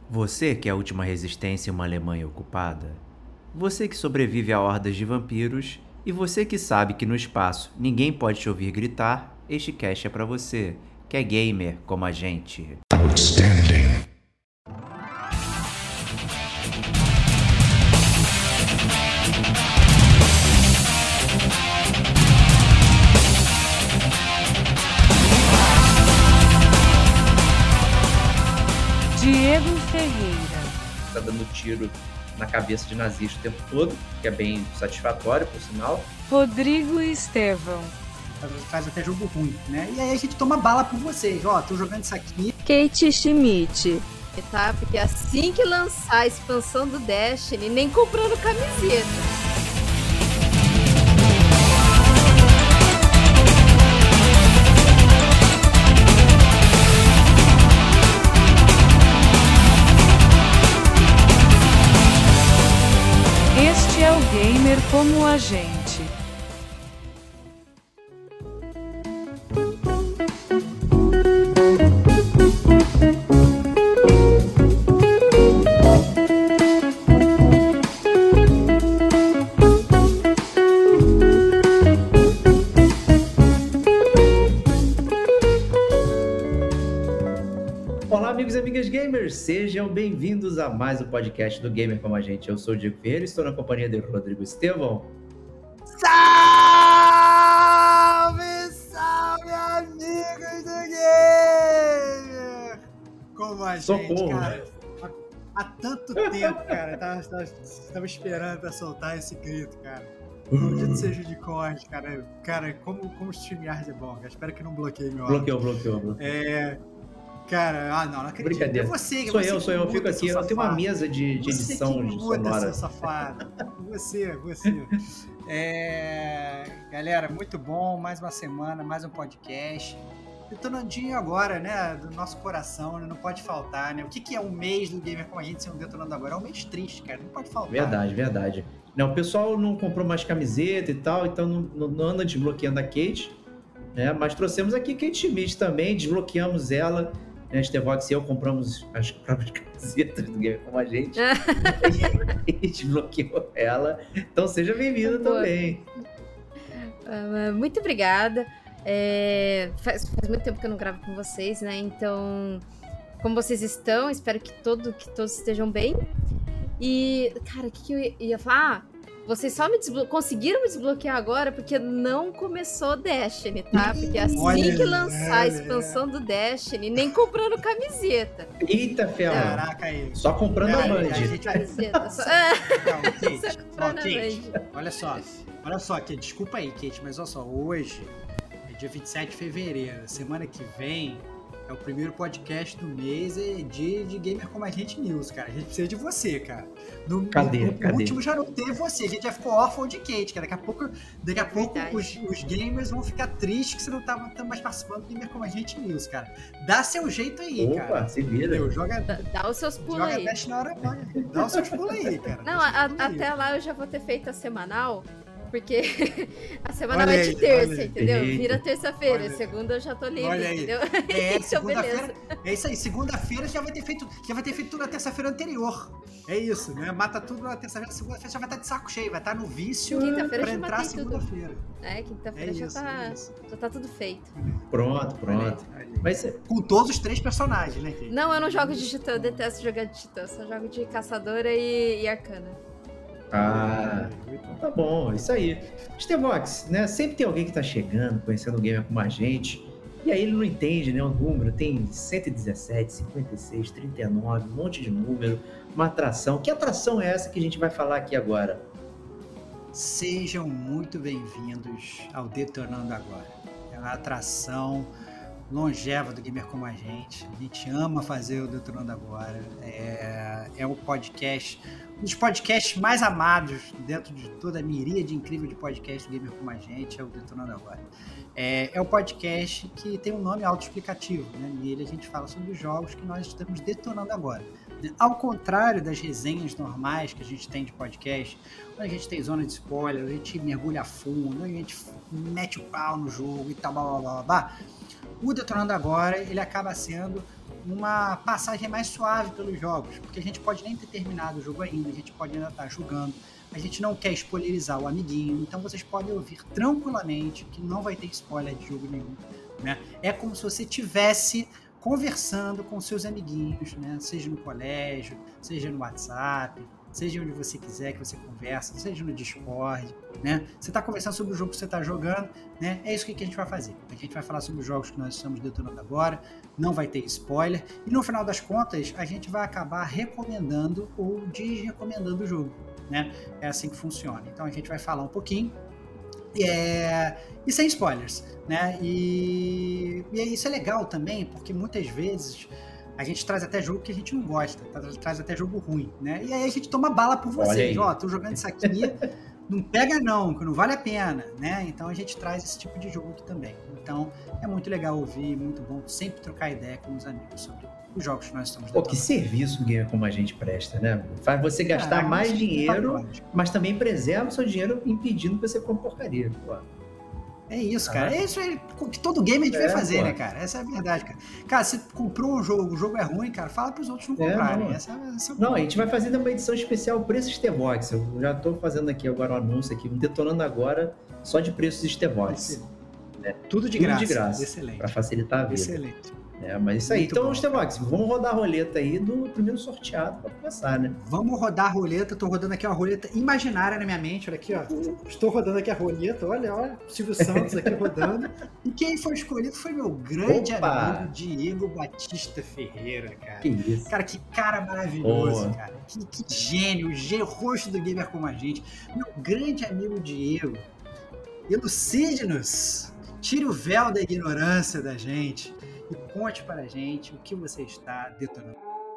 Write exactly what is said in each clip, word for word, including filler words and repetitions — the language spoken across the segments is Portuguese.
Você que é a última resistência em uma Alemanha ocupada? Você que sobrevive a hordas de vampiros? E você que sabe que no espaço ninguém pode te ouvir gritar? Este cast é pra você, que é gamer como a gente. Outstanding. Diego Ferreira. Tá dando tiro na cabeça de nazista o tempo todo, que é bem satisfatório, por sinal. Rodrigo Estevão. Faz até jogo ruim, né? E aí a gente toma bala por vocês. Ó, tô jogando isso aqui. Kate Schmidt. Tá? Porque assim que lançar a expansão do Destiny, nem comprando camiseta. Este é o gamer como a gente. Olá, amigos e amigas gamers, sejam bem-vindos a mais um podcast do Gamer Como a Gente. Eu sou o Diego Ferreira e estou na companhia de Rodrigo Estevão. Salve, salve, amigos do Gamer! Como a Socorro. gente, cara. Há, há tanto tempo, cara, tava, tava, tava esperando pra soltar esse grito, cara. Maldito seja de corte, cara. Cara, como, como streamear é bom, cara. Espero que não bloqueie meu áudio. Bloqueou, bloqueou, bloqueou. É... Cara, ah não, não acredito. Brincadeira. É você, Sou você eu, que sou eu. Eu muda, fico aqui, seu eu tenho uma safado. mesa de, de Você edição que de muda, sonora. seu safado. Você, você. É... Galera, muito bom. Mais uma semana, mais um podcast. Detonandinho agora, né? Do nosso coração, né? Não pode faltar, né? O que, que é um mês do Gamer com a gente sem um Detonando Agora? É um mês triste, cara. Não pode faltar. Verdade, verdade. Não, o pessoal não comprou mais camiseta e tal, então não, não, não anda desbloqueando a Kate, né? Mas trouxemos aqui Kate Schmidt também, desbloqueamos ela. Né, Estevox e eu compramos as próprias camisetas do Gamer Como a Gente e desbloqueou ela. Então seja bem-vinda também. Uh, muito obrigada. É, faz, faz muito tempo que eu não gravo com vocês, né? Então, como vocês estão? Espero que, todo, que todos estejam bem. E, cara, o que, que eu ia falar? Ah, vocês só me desblo- conseguiram me desbloquear agora porque não começou o Destiny, tá? Porque assim Olha, que lançar a olha. expansão do Destiny, nem comprando camiseta. Eita, ferro. Caraca aí. Só comprando a Aí, Band. aí a gente vai... Camiseta. Só... Ah, Não, Kate, só ó, comprando a Kate, Band. olha só, olha só, Kate, desculpa aí, Kate, mas olha só, hoje é dia vinte e sete de fevereiro, semana que vem é o primeiro podcast do mês de, de Gamer Como a Gente News, cara, a gente precisa de você, cara. No, Cadê? no, no Cadê? último já não teve você, a gente já ficou órfão de Kate, cara, daqui a pouco, daqui a pouco os, os gamers vão ficar tristes que você não tá, tá mais participando do Gamer Como a Gente News, cara. Dá seu jeito aí, Opa, cara. se vira. Entendeu? Joga, Dá, dá os seus pulos joga aí. teste na hora, dá os seus pulos aí, cara. Não, Dá os seus a- pulos aí. até lá eu já vou ter feito a semanal, porque a semana Olha vai aí, de terça, olha aí. entendeu? Eita. Vira terça-feira, Olha aí. segunda eu já tô livre, Olha aí. entendeu? É, Então, segunda-feira. beleza. É isso aí, segunda-feira já vai ter feito, já vai ter feito tudo na terça-feira anterior. É isso, né? Mata tudo na terça-feira, segunda-feira já vai estar de saco cheio, vai estar no vício Quinta-feira pra já entrar matei tudo. segunda-feira. É, É quinta-feira já, isso, tá, é isso. já tá tudo feito. Pronto, pronto. Olha aí, olha aí. Mas é, Com todos os três personagens, né, Kate? Não, eu não jogo de titã, eu detesto jogar de titã, só jogo de caçadora e, e arcana. ah, então tá bom, isso aí. Estevox, né? Sempre tem alguém que tá chegando, conhecendo o gamer como a gente, e aí ele não entende, né? O número tem cento e dezessete, cinquenta e seis, trinta e nove, um monte de número, uma atração. Que atração é essa que a gente vai falar aqui agora? Sejam muito bem-vindos ao Detonando Agora. É uma atração longeva do Gamer Como a Gente. A gente ama fazer o Detonando Agora. É, é um podcast, um dos podcasts mais amados dentro de toda a miríade incrível de podcasts do Gamer Como a Gente, é o Detonando Agora. É, é um podcast que tem um nome autoexplicativo, né? Nele a gente fala sobre os jogos que nós estamos detonando agora. Ao contrário das resenhas normais que a gente tem de podcast, onde a gente tem zona de spoiler, onde a gente mergulha a fundo, onde a gente mete o pau no jogo e tal, blá blá blá blá, blá. O Detonando Agora, ele acaba sendo uma passagem mais suave pelos jogos, porque a gente pode nem ter terminado o jogo ainda, a gente pode ainda estar jogando, a gente não quer spoilerizar o amiguinho, então vocês podem ouvir tranquilamente que não vai ter spoiler de jogo nenhum, né? É como se você tivesse conversando com seus amiguinhos, né? Seja no colégio, seja no WhatsApp, seja onde você quiser que você conversa, seja no Discord, né? Você está conversando sobre o jogo que você está jogando, né? É isso que a gente vai fazer. A gente vai falar sobre os jogos que nós estamos detonando agora, não vai ter spoiler, e no final das contas, a gente vai acabar recomendando ou desrecomendando o jogo, né? É assim que funciona. Então a gente vai falar um pouquinho, é... e sem spoilers, né? E... e isso é legal também, porque muitas vezes a gente traz até jogo que a gente não gosta, traz até jogo ruim, né? E aí a gente toma bala por vocês, ó, tô jogando isso aqui, não pega não, que não vale a pena, né? Então a gente traz esse tipo de jogo aqui também. Então é muito legal ouvir, muito bom sempre trocar ideia com os amigos sobre os jogos que nós estamos Pô, que serviço gamer como a gente presta, né? Faz você gastar é, mais é dinheiro, mas também preserva o seu dinheiro impedindo que você compre porcaria, pô. É isso, cara. Ah. É isso que todo gamer devia é, fazer, pô. né, cara? Essa é a verdade, cara. Cara, você comprou um jogo, o jogo é ruim, cara, fala pros outros não comprarem. É, não. Essa, essa é não, a gente vai fazer uma edição especial preços Stevox. Eu já tô fazendo aqui agora o um anúncio aqui, detonando agora só de preços Stevox. É, tudo de Tudo graça. de graça. Excelente. Pra facilitar a vida. Excelente. É, mas isso aí. Muito então, Stevox, vamos rodar a roleta aí do primeiro sorteado pra começar, né? Vamos rodar a roleta. Tô rodando aqui uma roleta imaginária na minha mente. Olha aqui, ó. Estou rodando aqui a roleta. Olha, olha. Silvio Santos aqui rodando. E quem foi escolhido foi meu grande Opa! amigo Diego Batista Ferreira, cara. Que isso? Cara, que cara maravilhoso, oh. cara. Que, que gênio. G, rosto do gamer como a gente. Meu grande amigo Diego. Elucide-nos. Tire o véu da ignorância da gente. E conte para a gente o que você está detonando.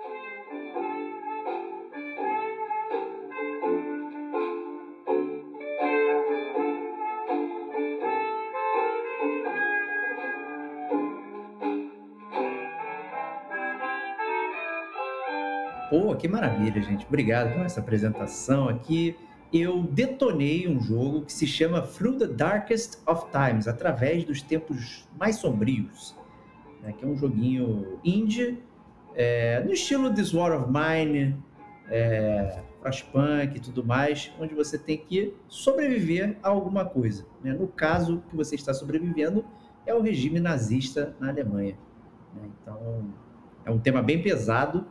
Pô, que maravilha, gente. Obrigado por essa apresentação aqui. Eu detonei um jogo que se chama Through the Darkest of Times, através dos tempos mais sombrios. Né, que é um joguinho indie, é, no estilo This War of Mine, é, Frostpunk e tudo mais, onde você tem que sobreviver a alguma coisa. Né? No caso que você está sobrevivendo é o regime nazista na Alemanha. Né? Então, é um tema bem pesado,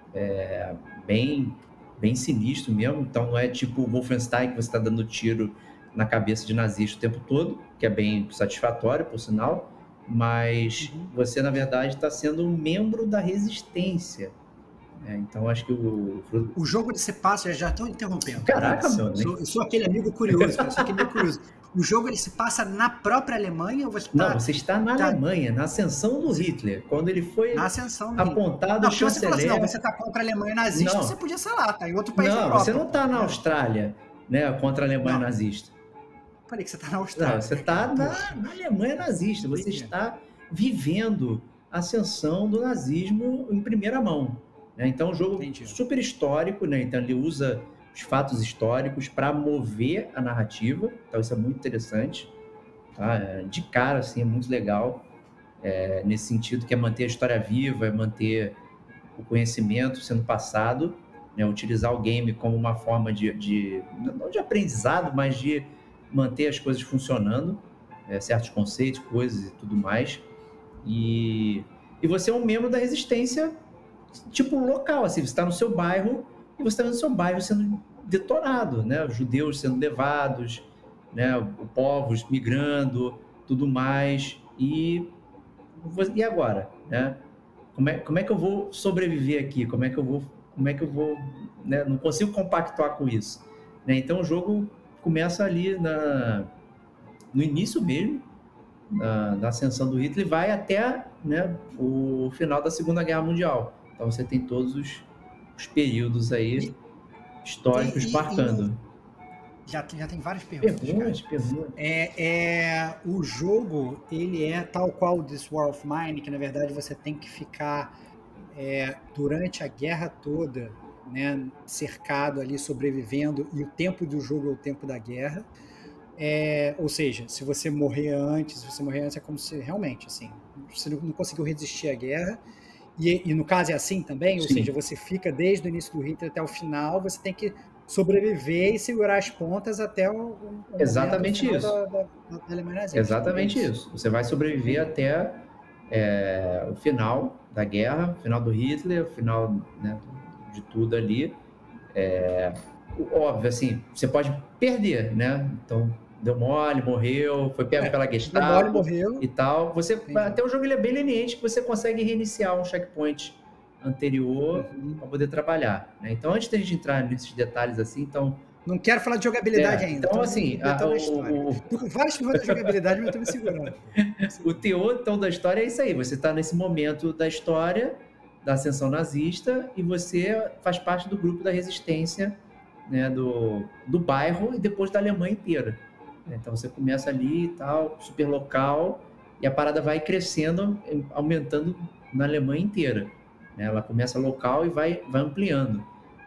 é, bem, bem sinistro mesmo. Então, não é tipo Wolfenstein, que você está dando tiro na cabeça de nazista o tempo todo, que é bem satisfatório, por sinal. Mas uhum. você, na verdade, está sendo um membro da resistência. É, então, acho que o... O jogo de se passa, já estou interrompendo. Caraca, mano. Eu sou, eu sou aquele amigo curioso, cara, eu sou aquele amigo curioso. O jogo ele se passa na própria Alemanha ou você tá... Não, você está na tá... Alemanha, na ascensão do Hitler. Quando ele foi na ascensão do apontado... Não, chanceler... você falou assim, não, você está contra a Alemanha nazista, não. Você podia ser lá, tá em outro país não, da Europa. Você não está na Austrália, né, contra a Alemanha não. nazista. Falei que você está na Austrália. Não, você está na, na Alemanha nazista. Você Entendi. está vivendo a ascensão do nazismo em primeira mão. Né? Então, é um jogo Entendi. super histórico, né? Então ele usa os fatos históricos para mover a narrativa. Então, isso é muito interessante. Tá? De cara, assim, é muito legal. É, nesse sentido, que é manter a história viva, é manter o conhecimento sendo passado, né? Utilizar o game como uma forma de, de... não de aprendizado, mas de manter as coisas funcionando, é, certos conceitos, coisas e tudo mais. E, e você é um membro da resistência, tipo, local, assim, você está no seu bairro e você está no seu bairro sendo detonado, né? Os judeus sendo levados, né? Os povos migrando, tudo mais. E, e agora, né? Como é, como é que eu vou sobreviver aqui? Como é que eu vou... Como é que eu vou né? Não consigo compactuar com isso. Né? Então, o jogo começa ali na, no início mesmo, na, na ascensão do Hitler, e vai até né, o final da Segunda Guerra Mundial. Então você tem todos os, os períodos aí e, históricos e, marcando. E, já, já tem várias perguntas. Perguntas, perguntas. É, é, o jogo, ele é tal qual o This War of Mine, que na verdade você tem que ficar é, durante a guerra toda, né, cercado ali, sobrevivendo, e o tempo do jogo é o tempo da guerra. É, ou seja, se você morrer antes, se você morrer antes é como se realmente, assim, você não conseguiu resistir à guerra E, e no caso é assim também? Ou Sim. seja, você fica desde o início do Hitler até o final, você tem que sobreviver e segurar as pontas até o, o Exatamente momento isso. final da, da, da Alemanha nazista. Exatamente É isso. Você vai sobreviver até é, o final da guerra, o final do Hitler, o final, né, de tudo ali. É, óbvio, assim, você pode perder, né? Então, deu mole, morreu, foi pego É, pela deu mole, Gestapo morreu. e tal. Você, Entendi. até o jogo ele é bem leniente, que você consegue reiniciar um checkpoint anterior Uhum. para poder trabalhar, né? Então, antes da gente entrar nesses detalhes assim, então, Não quero falar de jogabilidade É, ainda. então, tô assim, me metendo a- na o- história. o- Tô com várias perguntas de jogabilidade, mas eu tô me segurando. O teor, então, da história é isso aí. Você está nesse momento da história da ascensão nazista e você faz parte do grupo da resistência, né, do, do bairro e depois da Alemanha inteira. Então você começa ali e tal, super local, e a parada vai crescendo, aumentando na Alemanha inteira, né? Ela começa local e vai, vai ampliando.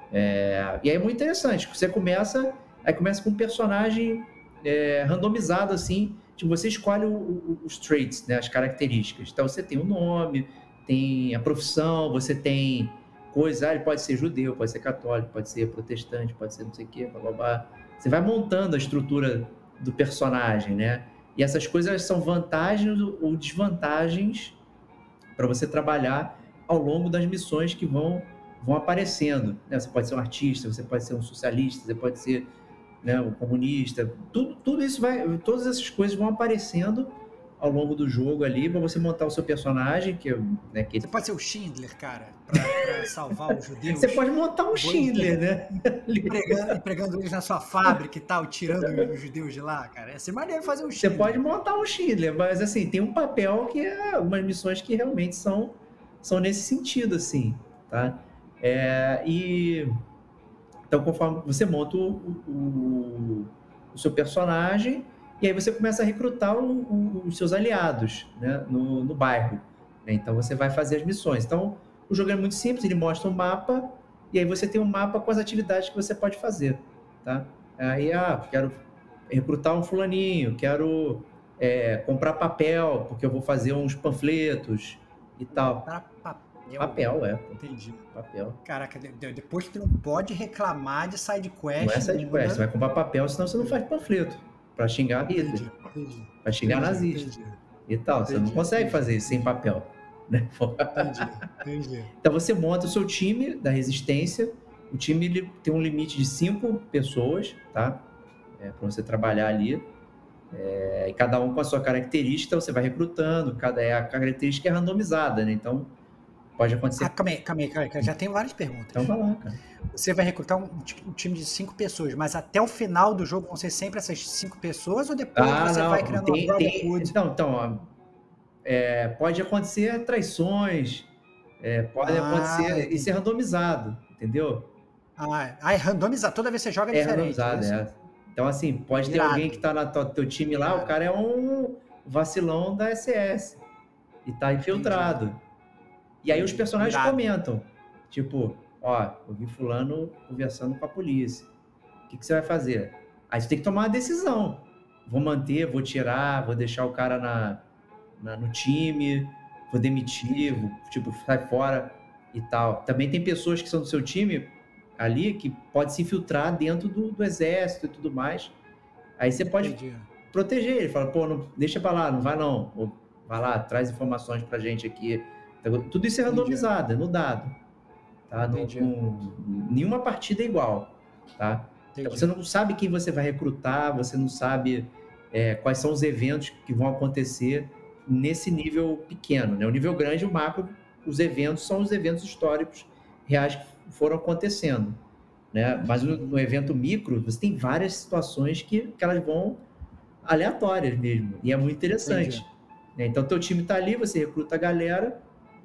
É, e aí é muito interessante. Você começa, aí começa com um personagem é, randomizado assim. Tipo, você escolhe o, o, os traits, né, as características. Então você tem o nome, tem a profissão, você tem coisas. Ah, ele pode ser judeu, pode ser católico, pode ser protestante, pode ser não sei o quê, blá, blá, blá. Você vai montando a estrutura do personagem, né? E essas coisas são vantagens ou desvantagens para você trabalhar ao longo das missões que vão, vão aparecendo, né? Você pode ser um artista, você pode ser um socialista, você pode ser, né, um comunista. Tudo, tudo isso vai, todas essas coisas vão aparecendo ao longo do jogo ali para você montar o seu personagem, que, né, que Você pode ser o Schindler, cara, pra, pra salvar os judeus. você pode montar um Schindler, né? Empregando, empregando eles na sua fábrica e tal, tirando os judeus de lá, cara. Ia ser maneiro fazer um Você Schindler. pode montar um Schindler, mas assim, tem um papel que é algumas missões que realmente são, são nesse sentido, assim, tá? É, e então, conforme você monta o, o, o seu personagem, e aí você começa a recrutar o, o, os seus aliados, né, no, no bairro. Né? Então você vai fazer as missões. Então, o jogo é muito simples, ele mostra um mapa, e aí você tem um mapa com as atividades que você pode fazer. Tá? Aí, ah, quero recrutar um fulaninho, quero é, comprar papel, porque eu vou fazer uns panfletos e tal. Pra papel. Papel, é. Entendi. Papel. Caraca, de- de- depois tu não pode reclamar de side quest. Não é side quest, você vai comprar papel, senão você não faz panfleto. Pra xingar Hitler, Entendi, entendi. pra xingar Entendi, nazista entendi. e tal. Você não Entendi, consegue entendi, fazer isso sem papel. Né? Entendi, entendi. Então você monta o seu time da resistência. O time ele tem um limite de cinco pessoas, tá? É, para você trabalhar ali. É, e cada um com a sua característica, você vai recrutando. Cada é, a característica é randomizada, né? Então pode acontecer. Ah, calma aí, calma aí, calma aí. Já tenho várias perguntas. Então vai lá, cara. Você vai recrutar um, um time de cinco pessoas, mas até o final do jogo vão ser sempre essas cinco pessoas ou depois Ah, você não. vai criando Tem, uma tem, Brotherhood? então, então ó, é, pode acontecer traições, é, pode Ah, acontecer. entendi. Isso é randomizado, entendeu? Ah, ah, é randomizado. Toda vez que você joga é, É diferente. randomizado, isso? é. Então, assim, pode ter Irado. alguém que tá no teu time lá, Irado. o cara é um vacilão da S S e tá infiltrado. E aí os Entendi. personagens Irado. comentam, tipo, ó, eu vi fulano conversando com a polícia. O que, que você vai fazer? Aí você tem que tomar uma decisão. Vou manter, vou tirar, vou deixar o cara na, na- no time, vou demitir, vou, tipo, sai fora e tal. Também tem pessoas que são do seu time ali que pode se infiltrar dentro do, do exército e tudo mais. Aí você pode Entendi. proteger ele, fala, pô, não, deixa pra lá, não vai não. Ou, vai lá, traz informações pra gente aqui. Então, tudo isso é Entendi. randomizado, é no dado. Tá? Não, Entendi. não- nenhuma partida é igual. Tá? Então, Entendi. você não sabe quem você vai recrutar, você não sabe é, quais são os eventos que vão acontecer nesse nível pequeno. Né? O nível grande, o macro, os eventos são os eventos históricos reais que foram acontecendo. Né? Mas no, no evento micro, você tem várias situações que, que elas vão aleatórias mesmo. E é muito interessante. Entendi. Né? Então, teu time tá ali, você recruta a galera,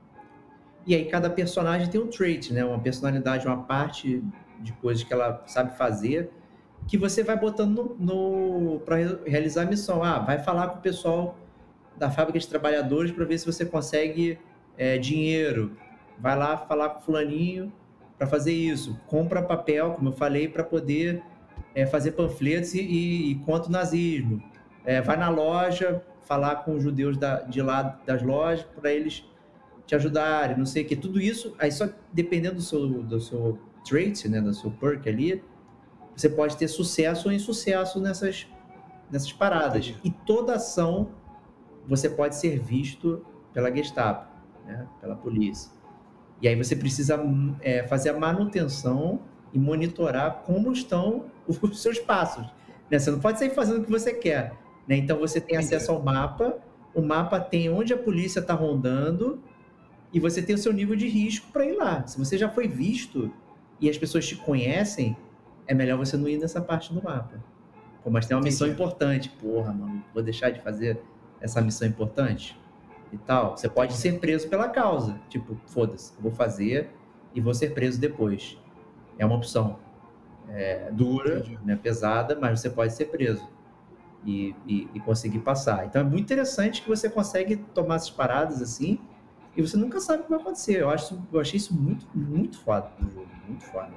e aí cada personagem tem um trait, né? Uma personalidade, uma parte de coisas que ela sabe fazer, que você vai botando no, no, para realizar a missão. Ah, vai falar com o pessoal da fábrica de trabalhadores para ver se você consegue é, dinheiro. Vai lá falar com o fulaninho para fazer isso. Compra papel, como eu falei, para poder é, fazer panfletos e, e, e contra o nazismo. É, vai na loja falar com os judeus da, de lá das lojas para eles te ajudarem, não sei o que. Tudo isso, aí só dependendo do seu, do seu trait, né, do seu perk ali, você pode ter sucesso ou insucesso nessas, nessas paradas. Entendi. E toda ação você pode ser visto pela Gestapo, né, pela polícia. E aí você precisa é, fazer a manutenção e monitorar como estão os seus passos, né? Você não pode sair fazendo o que você quer, né? Então você tem Entendi. acesso ao mapa, o mapa tem onde a polícia está rondando e você tem o seu nível de risco para ir lá. Se você já foi visto e as pessoas te conhecem, é melhor você não ir nessa parte do mapa. Pô, mas tem uma missão Entendi. importante. Porra, mano, vou deixar de fazer essa missão importante e tal. Você pode Entendi. ser preso pela causa. Tipo, foda-se, eu vou fazer e vou ser preso depois. É uma opção. É dura, Entendi. né, pesada, mas você pode ser preso e, e, e conseguir passar. Então é muito interessante que você consegue tomar essas paradas assim e você nunca sabe o que vai acontecer. Eu, acho, eu achei isso muito, muito foda no jogo. Muito foda.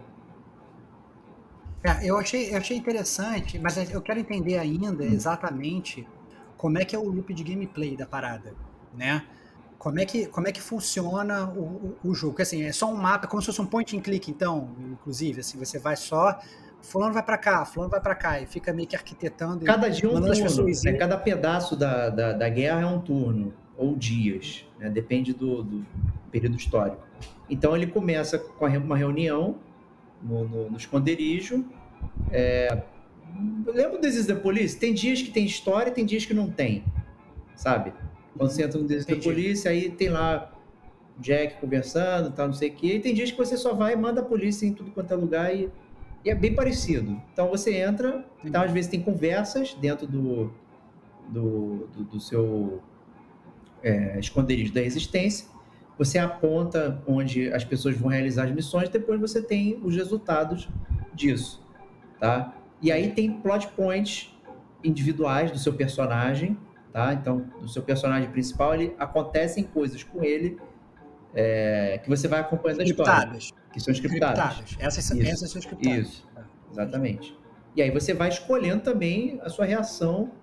É, eu achei, eu achei interessante, mas eu quero entender ainda exatamente como é que é o loop de gameplay da parada, né? Como é que, como é que funciona o, o, o jogo? Porque, assim, é só um mapa, como se fosse um point and click, então, inclusive, assim, você vai só, fulano vai pra cá, fulano vai pra cá, e fica meio que arquitetando, Cada dia é um mandando as turno, pessoas né? irem. Cada pedaço da, da, da guerra é um turno, ou dias, né? Depende do, do período histórico. Então ele começa com uma reunião no, no, no esconderijo. É... Lembra do This is the Police? Tem dias que tem história e tem dias que não tem, sabe? Quando você entra no This is the Entendi. Police, aí tem lá Jack conversando, tal, não sei o quê. E tem dias que você só vai e manda a polícia em tudo quanto é lugar e, e é bem parecido. Então você entra, então, às vezes tem conversas dentro do, do, do, do seu é, esconderijo da resistência. Você aponta onde as pessoas vão realizar as missões, depois você tem os resultados disso, tá? E aí tem plot points individuais do seu personagem, tá? Então, do seu personagem principal, ele, acontecem coisas com ele é, que você vai acompanhando a história. Scriptadas. Que são scriptadas. Scriptadas. Essas, são- Isso, essas são scriptadas. Isso, exatamente. E aí você vai escolhendo também a sua reação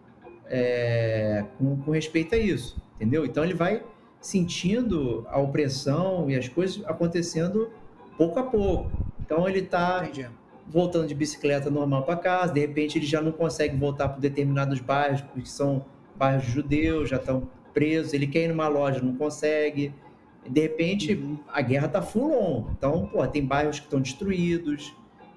é, com, com respeito a isso, entendeu? Então ele vai sentindo a opressão e as coisas acontecendo pouco a pouco. Então ele tá Entendi. voltando de bicicleta normal para casa, de repente ele já não consegue voltar para determinados bairros, porque são bairros judeus, já estão presos, ele quer ir numa loja, não consegue. De repente, Uhum. a guerra tá full on. Então, pô, tem bairros que estão destruídos,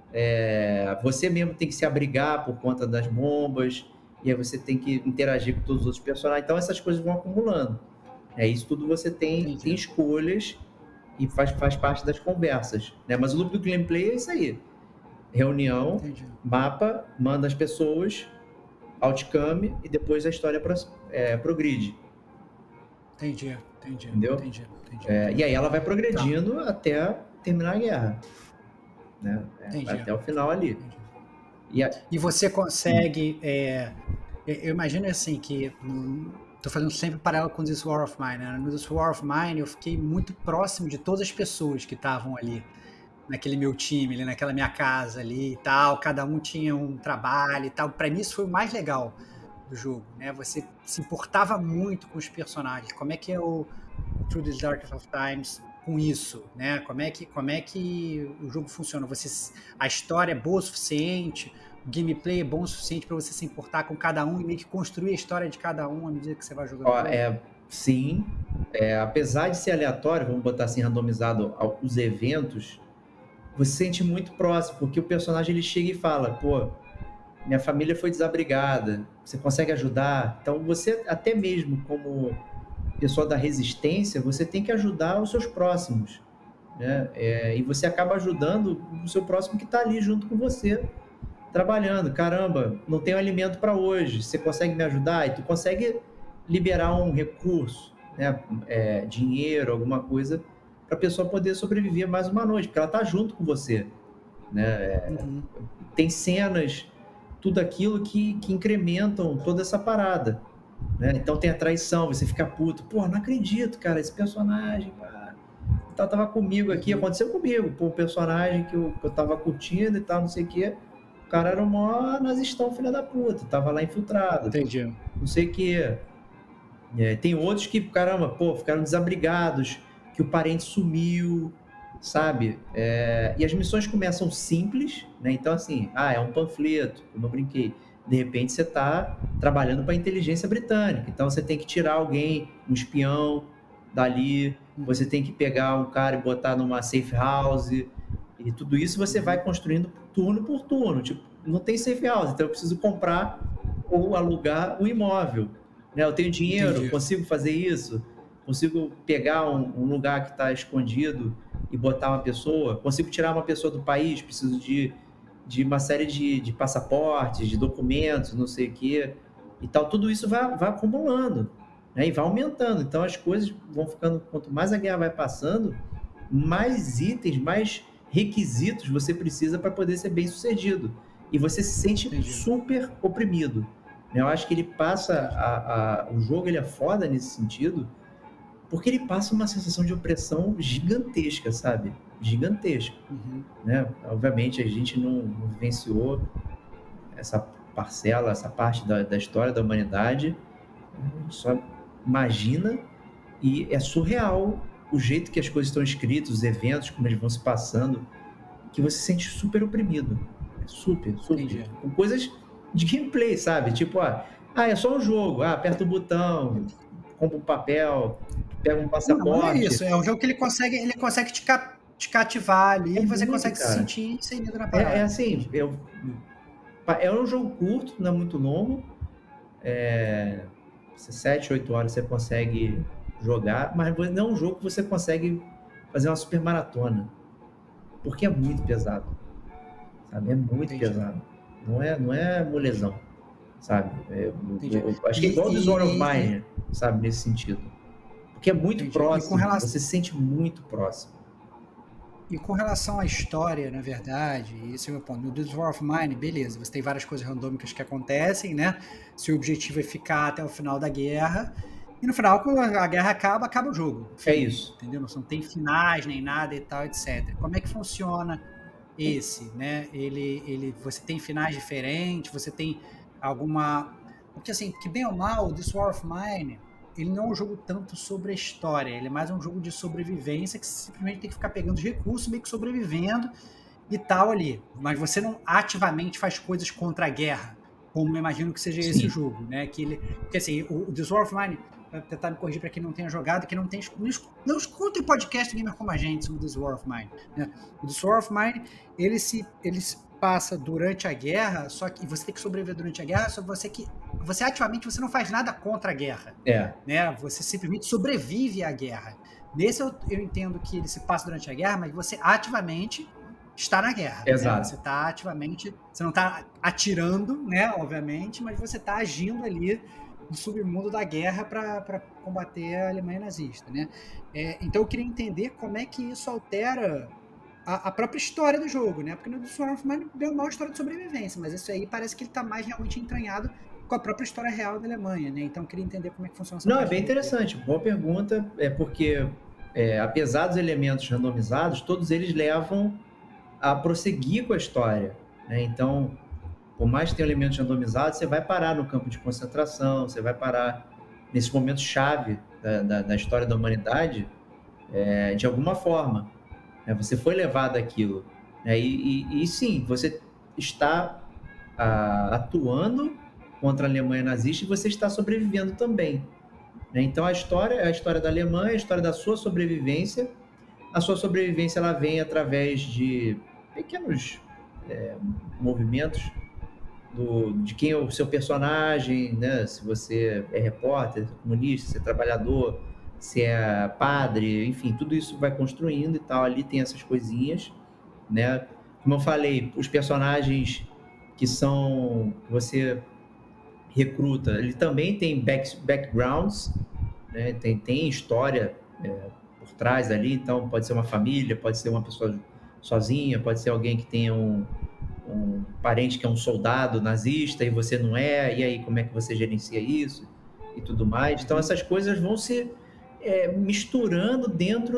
é, você mesmo tem que se abrigar por conta das bombas, e aí você tem que interagir com todos os outros personagens. Então, essas coisas vão acumulando. É isso tudo você tem, Entendi. tem escolhas e faz, faz parte das conversas, né? Mas o loop do gameplay é isso aí. Reunião, Entendi. mapa, manda as pessoas, outcome e depois a história pro, é, progride. Entendi. Entendi. Entendeu? Entendi. Entendi. É, e aí ela vai progredindo até terminar a guerra, né? É, Entendi. vai até o final ali. Entendi. E a- E você consegue. é, eu imagino assim que. Estou fazendo sempre paralelo com This War of Mine. Né? No This War of Mine eu fiquei muito próximo de todas as pessoas que estavam ali, naquele meu time, ali, naquela minha casa ali e tal. Cada um tinha um trabalho e tal. Para mim isso foi o mais legal do jogo. Né? Você se importava muito com os personagens. Como é que é o Through the Darkest of Times com isso, né? Como é que, como é que o jogo funciona? Você, a história é boa o suficiente, o gameplay é bom o suficiente para você se importar com cada um e meio que construir a história de cada um à medida que você vai jogando. ó, é, sim, é, apesar de ser aleatório, vamos botar assim, randomizado ao- os eventos, você se sente muito próximo, porque o personagem ele chega e fala, pô, minha família foi desabrigada, você consegue ajudar? Então você, até mesmo como pessoa da resistência, você tem que ajudar os seus próximos, né? É, e você acaba ajudando o seu próximo que está ali junto com você, trabalhando. Caramba, não tenho alimento para hoje, você consegue me ajudar? E tu consegue liberar um recurso, né? É, dinheiro, alguma coisa, para a pessoa poder sobreviver mais uma noite, porque ela está junto com você, né? É, Uhum. tem cenas, tudo aquilo que, que incrementam toda essa parada, né? Então tem a traição, você fica puto, pô, não acredito, cara, esse personagem, pá, tal, tava comigo aqui, aconteceu comigo, pô, um personagem que eu, que eu tava curtindo e tal, não sei o quê, o cara era o maior nazistão, filha da puta, tava lá infiltrado, Entendi. não sei o quê. É, tem outros que, caramba, pô, ficaram desabrigados, que o parente sumiu, sabe? É, e as missões começam simples, né? Então, assim, ah, é um panfleto, como eu brinquei. De repente, você está trabalhando para a inteligência britânica. Então, você tem que tirar alguém, um espião dali. Você tem que pegar um cara e botar numa safe house. E tudo isso você vai construindo turno por turno. Tipo, não tem safe house, então eu preciso comprar ou alugar o imóvel. Né? Eu tenho dinheiro, Entendi. consigo fazer isso? Consigo pegar um, um lugar que está escondido e botar uma pessoa? Consigo tirar uma pessoa do país? Preciso de, de uma série de, de passaportes, de documentos, não sei o quê. E tal. Tudo isso vai, vai acumulando, né? E vai aumentando. Então as coisas vão ficando... Quanto mais a guerra vai passando, mais itens, mais requisitos você precisa para poder ser bem sucedido. E você se sente Entendi. super oprimido. Eu acho que ele passa... A, a, o jogo ele é foda nesse sentido, porque ele passa uma sensação de opressão gigantesca, sabe? Gigantesca. Uhum. Né? Obviamente, a gente não, não vivenciou essa parcela, essa parte da, da história da humanidade. A gente só imagina, e é surreal o jeito que as coisas estão escritas, os eventos, como eles vão se passando, que você se sente super oprimido. Super, super. Entendi. Com coisas de gameplay, sabe? Tipo, ah, ah, é só um jogo. Ah, aperta o botão, compra um papel, pega um passaporte. Não, não é isso. É um jogo que ele consegue, ele consegue te, ca- te cativar ali É e você muito, consegue se cara. sentir inserido na parada. É, é assim, eu, é um jogo curto, não é muito longo. É, sete, oito horas você consegue jogar, mas não é um jogo que você consegue fazer uma super maratona. Porque é muito pesado. Sabe? É muito Entendi. pesado. Não é, não é molezão. Sabe? É, eu, Entendi. eu, acho que é E- igual o e- Sword of e- Mine, sabe? Nesse sentido. Porque é muito Entendi. E com próximo. relação- Você se sente muito próximo. E com relação à história, na verdade, esse é o meu ponto. No The War of Mine, beleza, você tem várias coisas randômicas que acontecem, né? Seu objetivo é ficar até o final da guerra. E no final, quando a guerra acaba, acaba o jogo. É isso. Entendeu? Não tem finais nem nada e tal, etcétera. Como é que funciona esse, né? Ele, ele, você tem finais diferentes, você tem alguma... Porque assim, que bem ou mal, o This War of Mine, ele não é um jogo tanto sobre a história, ele é mais um jogo de sobrevivência que você simplesmente tem que ficar pegando os recursos, meio que sobrevivendo e tal ali. Mas você não ativamente faz coisas contra a guerra, como eu imagino que seja Sim. esse jogo, né? Que ele, porque assim, o, o This War of Mine, pra tentar me corrigir para quem não tenha jogado, que não tem, não, não escutem podcast gamer como a gente sobre This War of Mine, né? O This War of Mine, ele se, ele se passa durante a guerra, só que você tem que sobreviver durante a guerra, só que você que você ativamente você não faz nada contra a guerra, É. né? Você simplesmente sobrevive à guerra. Nesse eu, eu entendo que ele se passa durante a guerra, mas você ativamente está na guerra. Exato. Né? Você está ativamente, você não está atirando, né? Obviamente, mas você está agindo ali no submundo da guerra para combater a Alemanha nazista, né? É, então eu queria entender como é que isso altera a, a própria história do jogo, né? Porque no The War of Mine deu uma história de sobrevivência, mas isso aí parece que ele está mais realmente entranhado com a própria história real da Alemanha, né? Então eu queria entender como é que funciona essa Não, é parte bem do- interessante. Boa pergunta. É porque, é, apesar dos elementos randomizados, todos eles levam a prosseguir com a história, né? Então, por mais que tenha elementos randomizados, você vai parar no campo de concentração, você vai parar nesses momentos chave da, da, da história da humanidade, é, de alguma forma, né? Você foi levado àquilo, né? e, e, e sim, você está a, atuando contra a Alemanha nazista e você está sobrevivendo também, né? Então a história é a história da Alemanha, a história da sua sobrevivência. A sua sobrevivência ela vem através de pequenos é, movimentos do, de quem é o seu personagem, né? Se você é repórter, se é comunista, se é trabalhador, se é padre, enfim, tudo isso vai construindo e tal. Ali tem essas coisinhas, né? Como eu falei, os personagens que são que você recruta, ele também tem back, backgrounds, né? Tem, tem história é, por trás ali, então pode ser uma família, pode ser uma pessoa sozinha, pode ser alguém que tenha um, um parente que é um soldado nazista e você não é, e aí como é que você gerencia isso e tudo mais. Então essas coisas vão se é, misturando dentro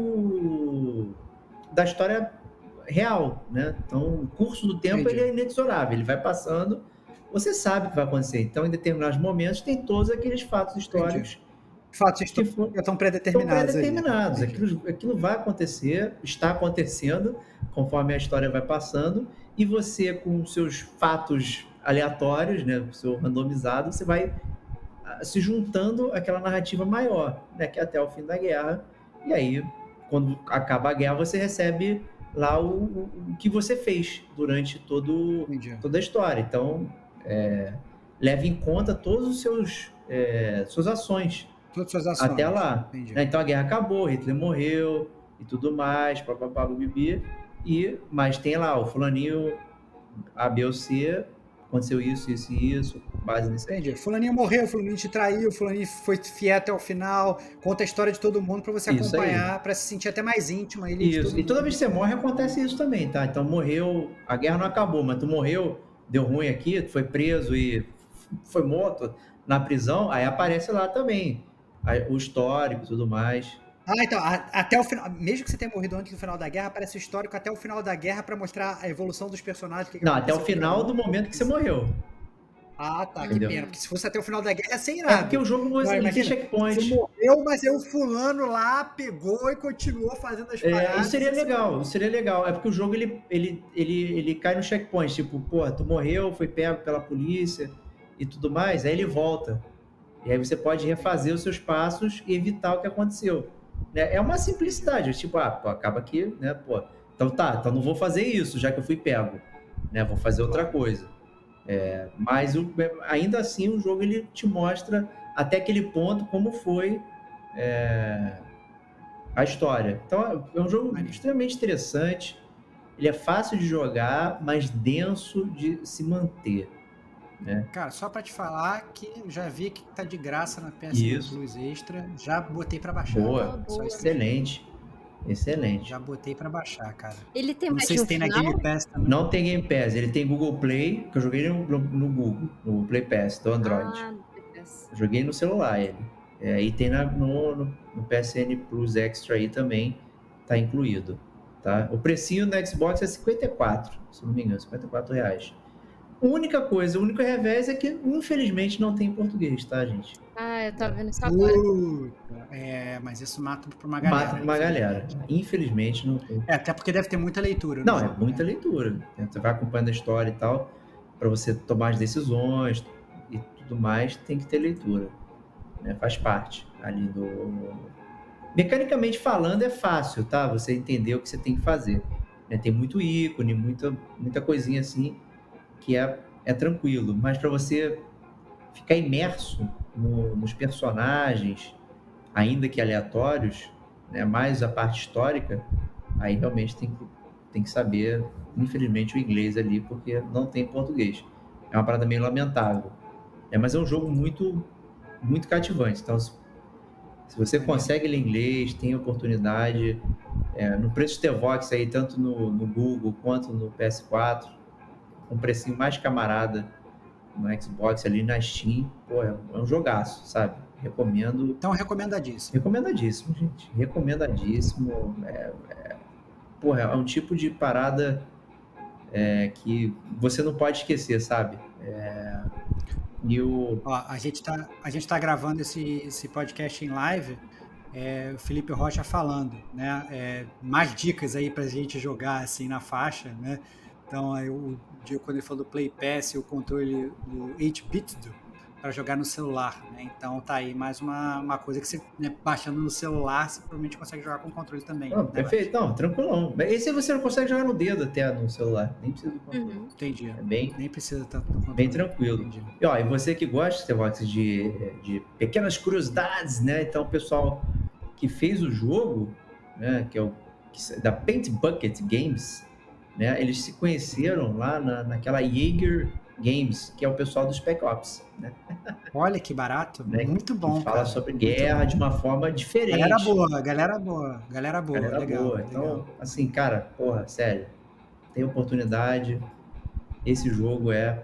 do da história real, né? Então o curso do tempo Entendi. ele é inexorável, ele vai passando, você sabe o que vai acontecer. Então em determinados momentos tem todos aqueles fatos históricos fatos que estão, for- já estão estão predeterminados. aí. pré-determinados. Entendi. Aquilo, aquilo vai acontecer, está acontecendo, conforme a história vai passando, e você, com seus fatos aleatórios, né, o seu randomizado, você vai ah, se juntando àquela narrativa maior, né, que é até o fim da guerra. E aí, quando acaba a guerra, você recebe lá o, o, o que você fez durante todo, Entendi. toda a história. Então, é, leve em conta todos os seus é, suas ações Todas as suas ações. até lá. Entendi. Né? Então a guerra acabou, Hitler morreu e tudo mais, papapá, bibi. E mas tem lá o fulaninho A, B ou C, aconteceu isso, isso e isso, com base nisso Entendi. aqui. Fulaninho morreu, fulaninho te traiu, fulaninho foi fiel até o final. Conta a história de todo mundo pra você Isso aí. acompanhar, pra se sentir até mais íntimo aí de todo Isso. E toda mundo. vez que você morre acontece isso também, tá? Então morreu, a guerra não acabou, mas tu morreu, deu ruim aqui, tu foi preso e foi morto na prisão, aí aparece lá também aí, o histórico e tudo mais. Ah, então, a- até o final, mesmo que você tenha morrido antes do final da guerra, aparece o histórico até o final da guerra pra mostrar a evolução dos personagens. o que que Não, até o aconteceu com final cada do um. momento que você morreu. Ah, tá, que Entendeu? pena, porque se fosse até o final da guerra, ia ser É irado. porque o jogo Não, ele tem imagina, checkpoint. você morreu, mas aí o fulano lá pegou e continuou fazendo as É, paradas. isso seria legal, isso seria legal. É porque o jogo ele, ele, ele, ele cai no checkpoint, tipo, pô, tu morreu, foi pego pela polícia e tudo mais, aí ele volta. E aí você pode refazer os seus passos e evitar o que aconteceu. Né? É uma simplicidade, tipo, ah, pô, acaba aqui, né, pô. Então tá, então não vou fazer isso, já que eu fui pego. Né? Vou fazer outra coisa. É, mas o- ainda assim o jogo ele te mostra até aquele ponto como foi é, a história. Então é um jogo Maneiro. extremamente interessante. Ele é fácil de jogar, mas denso de se manter. Cara, só pra te falar que eu já vi que tá de graça na P S N Isso. Plus Extra, já botei pra baixar. Boa, Só isso. excelente, excelente. Já botei pra baixar, cara. Ele tem Não mais sei de se um tem na final? Game Pass também. Não tem Game Pass, ele tem Google Play, que eu joguei no, no- no Google, no Play Pass do Android. Ah, beleza. Eu joguei no celular ele. É, e tem na- no, no- no P S N Plus Extra aí também, tá incluído. Tá? O precinho no Xbox é cinquenta e quatro, se não me engano, cinquenta e quatro reais. A única coisa, o único revés é que, infelizmente, não tem em português, tá, gente? Ah, eu tava vendo isso agora. Puta, é, mas isso mata pra uma galera. Mata uma galera. Infelizmente, não tem. É, até porque deve ter muita leitura. no Não, é jogo, muita né? leitura. né? Você vai acompanhando a história e tal, para você tomar as decisões e tudo mais, tem que ter leitura. né? Faz parte ali do. Mecanicamente falando, é fácil, tá? Você entender o que você tem que fazer. né? Tem muito ícone, muita, muita coisinha assim que é, é tranquilo. Mas para você ficar imerso no- nos personagens, ainda que aleatórios, né? mais a parte histórica, aí realmente tem que, tem que saber, infelizmente, o inglês ali, porque não tem português. É uma parada meio lamentável. É, mas é um jogo muito, muito cativante. Então, se, se você consegue ler inglês, tem oportunidade, é, no preço de T-Vox aí, tanto no, no Google quanto no P S quatro, um precinho mais camarada no Xbox ali na Steam, pô, é, é um jogaço, sabe? Recomendo. Então, recomendadíssimo. Recomendadíssimo, gente. Recomendadíssimo. É, é, porra, é um tipo de parada é, que você não pode esquecer, sabe? É, e o... Ó, a gente tá, a gente tá gravando esse, esse podcast em live, é, o Felipe Rocha falando, né? É, mais dicas aí pra gente jogar assim na faixa, né? Então, aí, o Diego, quando ele falou do Play Pass e o controle do oito bit para jogar no celular, né? Então tá aí mais uma, uma coisa que você, né, baixando no celular, você provavelmente consegue jogar com o controle também. Não, né, perfeito, não, tranquilão. Esse você não consegue jogar no dedo até no celular, nem precisa do controle. Uhum. Entendi. É bem, Nem precisa tanto do controle. bem tranquilo. Entendi. E, ó, e você que gosta T-Vox, de, de pequenas curiosidades, né? Então, o pessoal que fez o jogo, né, que é o que- da Paint Bucket Games, né, eles se conheceram lá na, naquela Jaeger Games, que é o pessoal do Spec Ops, né? Olha que barato, né, muito bom, que fala cara. sobre Muito guerra bom. de uma forma diferente. Galera boa, galera boa, galera boa, Galera legal, boa. legal. Então, assim, cara, porra, sério, tem oportunidade. Esse jogo é,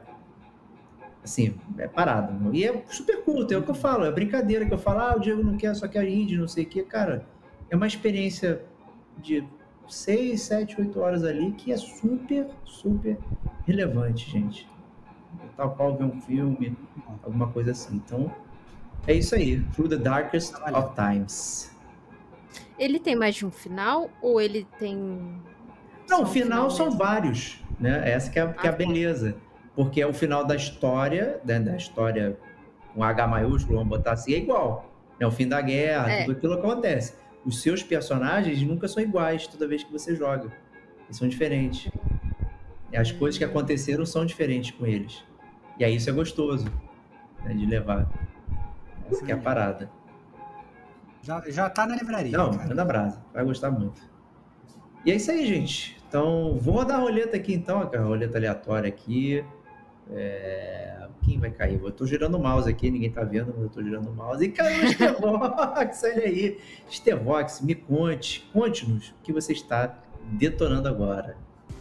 assim, é parado. meu. E é super curto, é o que eu falo, é brincadeira que eu falo, ah, o Diego não quer, só quer indie, não sei o quê. Cara, é uma experiência de seis, sete, oito horas ali que é super, super relevante, gente. Tal qual ver um filme, alguma coisa assim. Então, É isso aí, Through the Darkest of Times. Ele tem mais de um final ou ele tem... Não, só o um final são mesmo? vários, né? Essa que é, que é a Ah, tá. beleza. Porque é o final da história, né? Da história com H maiúsculo, vamos botar assim, é igual. É o fim da guerra, É. tudo aquilo acontece. Os seus personagens nunca são iguais toda vez que você joga. Eles são diferentes. E as coisas que aconteceram são diferentes com eles. E aí isso é gostoso, né, de levar. Essa que é a parada. Já, já tá na livraria, Não, cara. anda brasa. Vai gostar muito. E é isso aí, gente. Então, vou rodar a roleta aqui, então. A roleta aleatória aqui. É... Quem vai cair? Eu tô girando o mouse aqui, ninguém tá vendo, mas eu tô girando o mouse. E caiu o Stevox, olha aí. Stevox, me conte. Conte-nos o que você está detonando agora.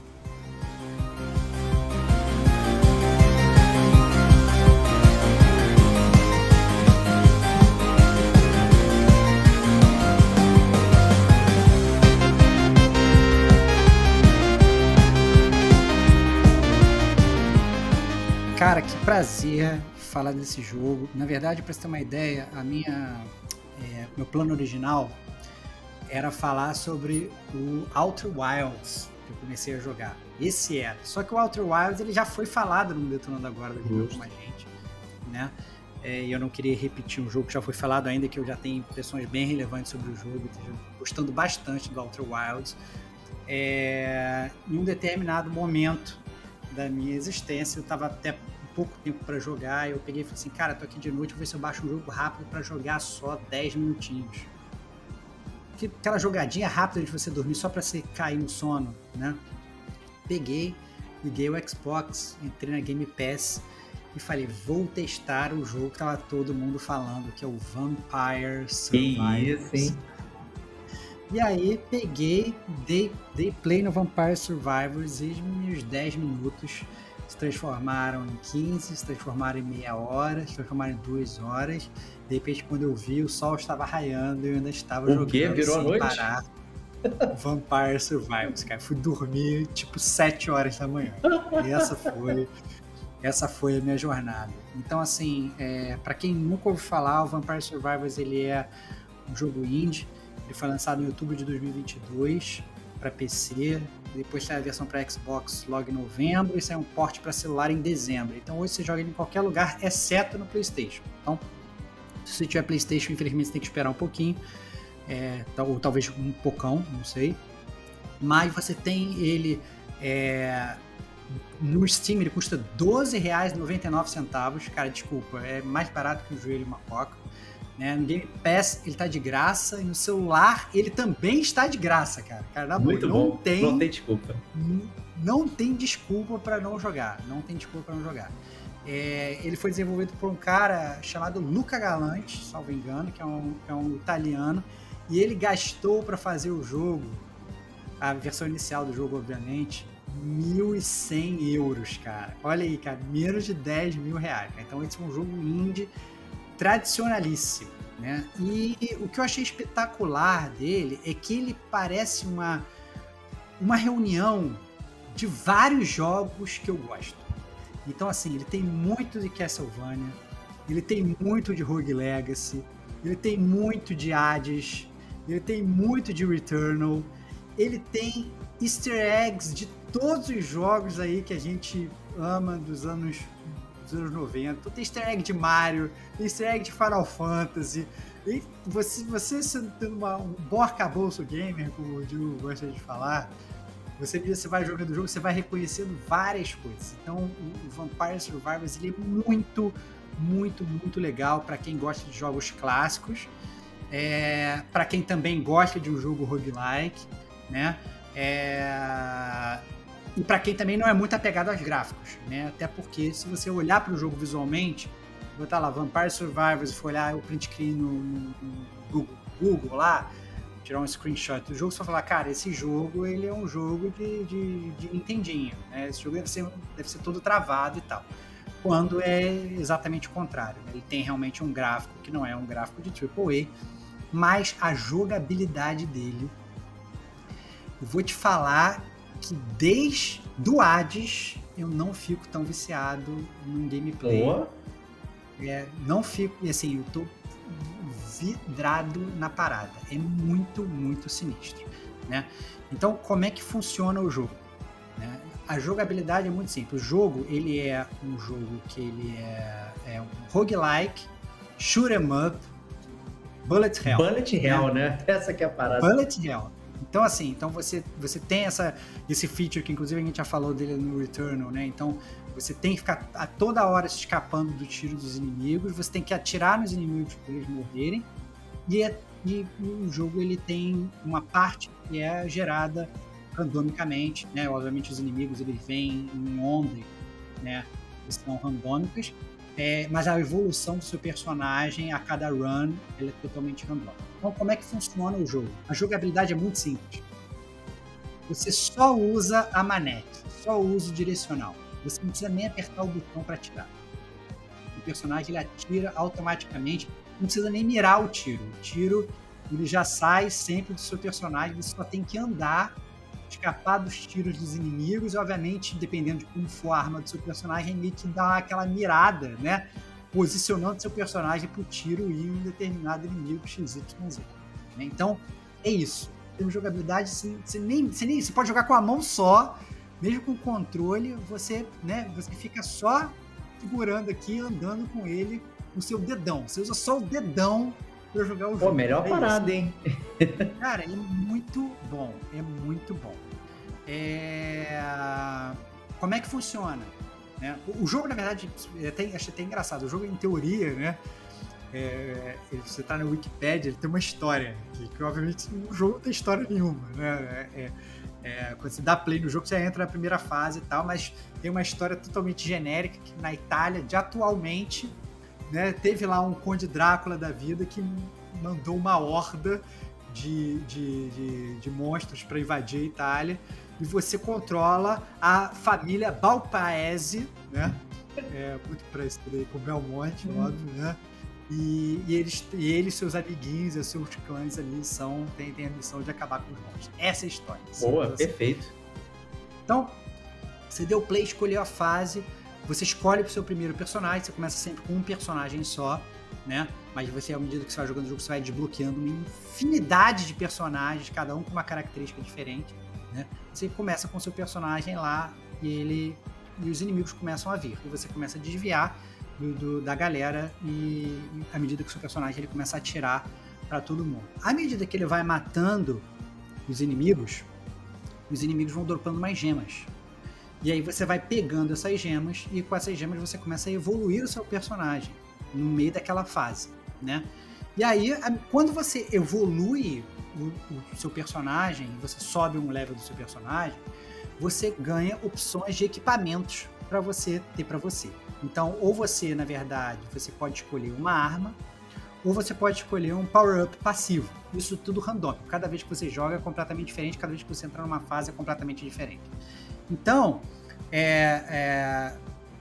Cara, que prazer falar desse jogo. Na verdade, para você ter uma ideia, a minha, é, meu plano original era falar sobre o Outer Wilds, que eu comecei a jogar. Esse era. Só que o Outer Wilds ele já foi falado no Detonando Agora do jogo com a gente, né? É, e eu não queria repetir um jogo que já foi falado, ainda que eu já tenho impressões bem relevantes sobre o jogo, esteja gostando bastante do Outer Wilds. É, em um determinado momento da minha existência, eu estava até pouco tempo para jogar, e eu peguei e falei assim, cara, tô aqui de noite, vou ver se eu baixo um jogo rápido para jogar só dez minutinhos. Aquela jogadinha rápida de você dormir só para você cair no sono, né? Peguei, liguei o Xbox, entrei na Game Pass e falei, vou testar o jogo que tava todo mundo falando, que é o Vampire Survivors. Que isso, hein? E aí peguei, dei, dei play no Vampire Survivors e meus dez minutos se transformaram em quinze, se transformaram em meia hora, se transformaram em duas horas. De repente, quando eu vi, o sol estava raiando e eu ainda estava o jogando quê? Virou sem a noite? parar. Vampire Survivors, cara. Fui dormir tipo sete horas da manhã. E essa foi, essa foi a minha jornada. Então, assim, é, para quem nunca ouviu falar, o Vampire Survivors ele é um jogo indie. Ele foi lançado em outubro de dois mil e vinte e dois para P C, depois sai a versão para Xbox logo em novembro e sai um port para celular em dezembro. Então hoje você joga ele em qualquer lugar, exceto no PlayStation. Então, se você tiver PlayStation, infelizmente você tem que esperar um pouquinho, é, ou talvez um pocão, não sei. Mas você tem ele é, no Steam, ele custa doze reais e noventa e nove centavos. Cara, desculpa, é mais barato que um joelho e uma coca. Né? No Game Pass ele tá de graça e no celular ele também está de graça, cara. cara na Muito boa, não bom, tem, não tem desculpa. Não tem desculpa para não jogar, não tem desculpa para não jogar. É, ele foi desenvolvido por um cara chamado Luca Galante, salvo engano, que é um, é um italiano, e ele gastou para fazer o jogo, a versão inicial do jogo, obviamente, mil e cem euros, cara. Olha aí, cara, menos de dez mil reais. Então esse é um jogo indie tradicionalíssimo, né? E o que eu achei espetacular dele é que ele parece uma, uma reunião de vários jogos que eu gosto. Então, assim, ele tem muito de Castlevania, ele tem muito de Rogue Legacy, ele tem muito de Hades, ele tem muito de Returnal, ele tem easter eggs de todos os jogos aí que a gente ama dos anos dos anos noventa, tem easter egg de Mario, tem easter egg de Final Fantasy, e você, você sendo uma, um bom arcabouço gamer, como o Gil gosta de falar, você, você vai jogando o jogo, você vai reconhecendo várias coisas. Então o Vampire Survivors ele é muito, muito, muito legal para quem gosta de jogos clássicos, é, para quem também gosta de um jogo roguelike, né? É... E para quem também não é muito apegado aos gráficos, né? Até porque se você olhar para o jogo visualmente, botar lá Vampire Survivors e for olhar o print screen no, no Google, Google lá, tirar um screenshot do jogo, você vai falar, cara, esse jogo ele é um jogo de, de, de Nintendinho, né? Esse jogo deve ser, deve ser todo travado e tal. Quando é exatamente o contrário, né? Ele tem realmente um gráfico que não é um gráfico de triplo A, mas a jogabilidade dele, eu vou te falar que desde do Hades eu não fico tão viciado num gameplay Boa. É, não fico... E assim, eu tô vidrado na parada. É muito, muito sinistro, né? Então, como é que funciona o jogo? Né? A jogabilidade é muito simples. O jogo, ele é um jogo que ele é, é um roguelike, shoot 'em up, bullet hell. Bullet hell, né? né? Essa que é a parada. Bullet hell. Então, assim, então você, você tem essa, esse feature que, inclusive, a gente já falou dele no Returnal, né? Então, você tem que ficar a toda hora se escapando do tiro dos inimigos, você tem que atirar nos inimigos para eles morrerem, e, é, e o jogo, ele tem uma parte que é gerada randomicamente, né? Obviamente, os inimigos, eles vêm em ondas, né? Que são randômicas, é, mas a evolução do seu personagem a cada run, ele é totalmente randômica. Então, como é que funciona o jogo? A jogabilidade é muito simples. Você só usa a manete, só usa o direcional. Você não precisa nem apertar o botão para atirar. O personagem, ele atira automaticamente, não precisa nem mirar o tiro. O tiro, ele já sai sempre do seu personagem, você só tem que andar, escapar dos tiros dos inimigos, e obviamente, dependendo de como for a arma do seu personagem, meio que dá aquela mirada, né? Posicionando seu personagem para o tiro ir em um determinado inimigo X Y Z. Né? Então, é isso. Tem uma jogabilidade, você, você, nem, você, nem, você pode jogar com a mão só, mesmo com o controle, você, né, você fica só segurando aqui, andando com ele no seu dedão. Você usa só o dedão para jogar o jogo. Pô, melhor é parada, isso. hein? Cara, é muito bom. É muito bom. É... Como é que funciona? Né? O jogo, na verdade, é até, acho até engraçado. O jogo, em teoria, né? É, você tá na Wikipedia, ele tem uma história. Que, que obviamente, o jogo não tem história nenhuma. Né? É, é, quando você dá play no jogo, você entra na primeira fase e tal, mas tem uma história totalmente genérica que na Itália, de atualmente, né, teve lá um Conde Drácula da vida que mandou uma horda de, de, de, de monstros para invadir a Itália, e você controla a família Balpaese, né? É, muito parecido aí com Belmonte, hum. óbvio, né? E, e, eles, e eles, seus amiguinhos e seus clãs ali são, têm, têm a missão de acabar com os monstros. Essa é a história. Boa, assim. perfeito. Então, você deu play, escolheu a fase, você escolhe o seu primeiro personagem, você começa sempre com um personagem só, né? Mas você, à medida que você vai jogando o jogo, você vai desbloqueando uma infinidade de personagens, cada um com uma característica diferente, né? Você começa com o seu personagem lá e, ele, e os inimigos começam a vir. E você começa a desviar do, do, da galera e, e à medida que o seu personagem ele começa a atirar para todo mundo. À medida que ele vai matando os inimigos, os inimigos vão dropando mais gemas. E aí você vai pegando essas gemas e com essas gemas você começa a evoluir o seu personagem no meio daquela fase, né? E aí, quando você evolui o, o seu personagem, você sobe um level do seu personagem, você ganha opções de equipamentos para você ter para você. Então, ou você, na verdade, você pode escolher uma arma, ou você pode escolher um power-up passivo. Isso tudo randômico. Cada vez que você joga é completamente diferente, cada vez que você entra numa fase é completamente diferente. Então, é, é,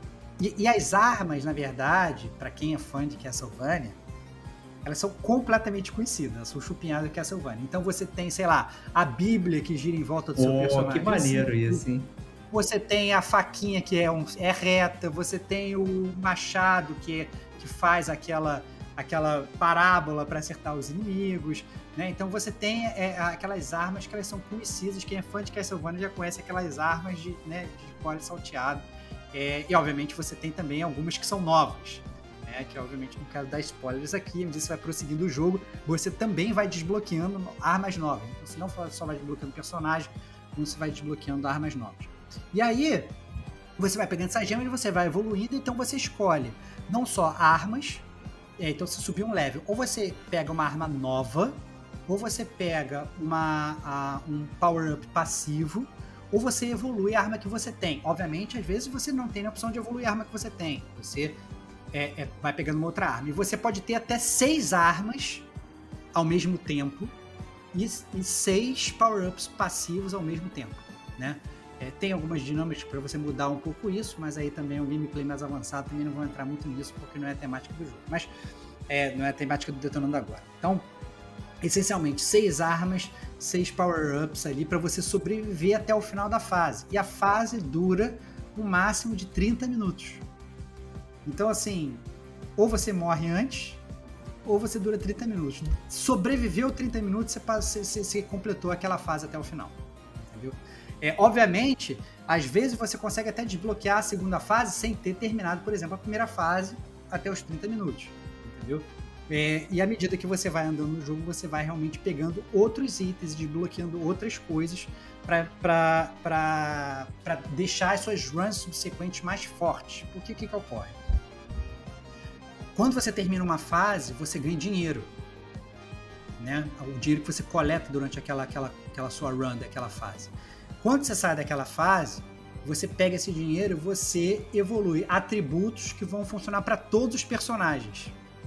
e, e as armas, na verdade, para quem é fã de Castlevania, elas são completamente conhecidas, elas são chupinhadas de Castlevania. Então você tem, sei lá, a Bíblia que gira em volta do seu oh, personagem. Que maneiro isso, hein? Você tem a faquinha que é, um, é reta, você tem o machado que, que faz aquela, aquela parábola para acertar os inimigos, né? Então você tem é, aquelas armas que elas são conhecidas, quem é fã de Castlevania já conhece aquelas armas de, né, de cobre salteado, é, e obviamente você tem também algumas que são novas, né, que obviamente não quero dar spoilers aqui, mas você vai prosseguindo o jogo, você também vai desbloqueando armas novas, então você não só vai desbloqueando personagem, como você vai desbloqueando armas novas. E aí você vai pegando essas gemas e você vai evoluindo, então você escolhe não só armas, então você subir um level, ou você pega uma arma nova, ou você pega uma, a, um power-up passivo, ou você evolui a arma que você tem. Obviamente, às vezes você não tem a opção de evoluir a arma que você tem. Você é, é, vai pegando uma outra arma. E você pode ter até seis armas ao mesmo tempo e, e seis power-ups passivos ao mesmo tempo, né? É, tem algumas dinâmicas para você mudar um pouco isso, mas aí também é um gameplay mais avançado, também não vou entrar muito nisso porque não é a temática do jogo. Mas é, não é a temática do Detonando Agora. Então, essencialmente, seis armas, seis power-ups ali para você sobreviver até o final da fase. E a fase dura um máximo de trinta minutos. Então, assim, ou você morre antes, ou você dura trinta minutos. Sobreviveu trinta minutos, você, você, você completou aquela fase até o final. Entendeu? É, obviamente, às vezes você consegue até desbloquear a segunda fase sem ter terminado, por exemplo, a primeira fase até os trinta minutos. Entendeu? É, e à medida que você vai andando no jogo, você vai realmente pegando outros itens, desbloqueando outras coisas para deixar as suas runs subsequentes mais fortes. Porque o que, que ocorre? Quando você termina uma fase, você ganha dinheiro, né? O dinheiro que você coleta durante aquela, aquela, aquela sua run daquela fase. Quando você sai daquela fase, você pega esse dinheiro e você evolui atributos que vão funcionar para todos os personagens.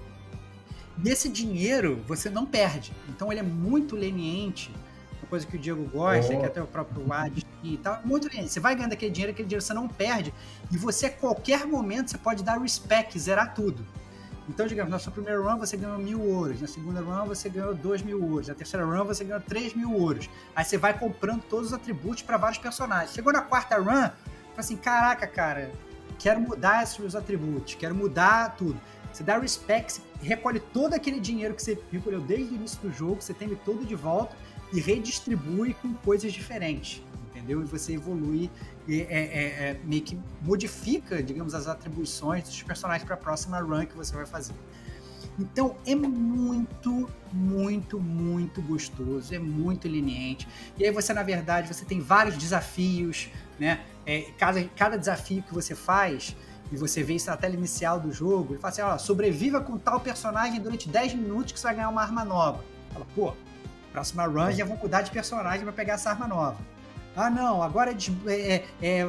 Nesse dinheiro, você não perde. Então ele é muito leniente, uma coisa que o Diego gosta, oh. que até o próprio Wad e tal, muito leniente. Você vai ganhando aquele dinheiro, aquele dinheiro você não perde, e você a qualquer momento você pode dar respec, zerar tudo. Então, digamos, na sua primeira run você ganhou mil ouros, na segunda run você ganhou dois mil ouros, na terceira run você ganhou três mil ouros. Aí você vai comprando todos os atributos para vários personagens. Chegou na quarta run, fala assim, caraca, cara, quero mudar esses atributos, quero mudar tudo. Você dá respect, você recolhe todo aquele dinheiro que você recolheu desde o início do jogo, você tem ele todo de volta e redistribui com coisas diferentes, entendeu? E você evolui e é, é, é, meio que modifica, digamos, as atribuições dos personagens para a próxima run que você vai fazer. Então é muito, muito, muito gostoso, é muito leniente. E aí você, na verdade, você tem vários desafios, né? É, cada, cada desafio que você faz, e você vê isso na tela inicial do jogo, ele fala assim, ó, sobreviva com tal personagem durante dez minutos que você vai ganhar uma arma nova. Fala, pô, próxima run já vou mudar de personagem para pegar essa arma nova. Ah, não, agora é, é, é,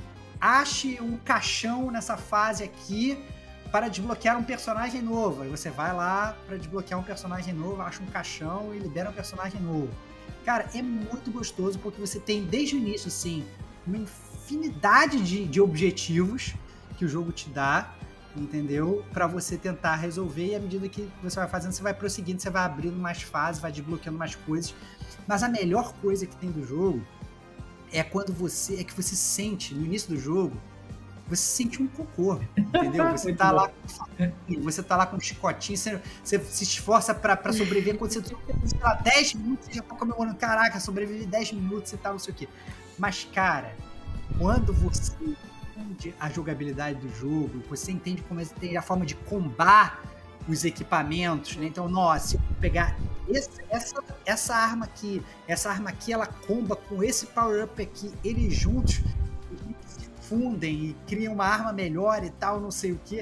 ache um caixão nessa fase aqui para desbloquear um personagem novo. Aí você vai lá para desbloquear um personagem novo, acha um caixão e libera um personagem novo. Cara, é muito gostoso porque você tem desde o início, assim, uma infinidade de, de objetivos que o jogo te dá, entendeu? Para você tentar resolver, e à medida que você vai fazendo, você vai prosseguindo, você vai abrindo mais fases, vai desbloqueando mais coisas. Mas a melhor coisa que tem do jogo é quando você, é que você sente, no início do jogo, você sente um cocô, entendeu? Você tá lá com você tá lá com um chicotinho, você, você se esforça pra, pra sobreviver, quando você tá dez minutos, você já tá comemorando, caraca, sobrevive dez minutos e tal, não sei o quê. Mas, cara, quando você entende a jogabilidade do jogo, você entende como tem a forma de combar os equipamentos, né? Então, nossa, se eu pegar esse, essa, essa arma aqui, essa arma aqui, ela comba com esse power-up aqui, eles juntos se fundem e criam uma arma melhor e tal, não sei o quê.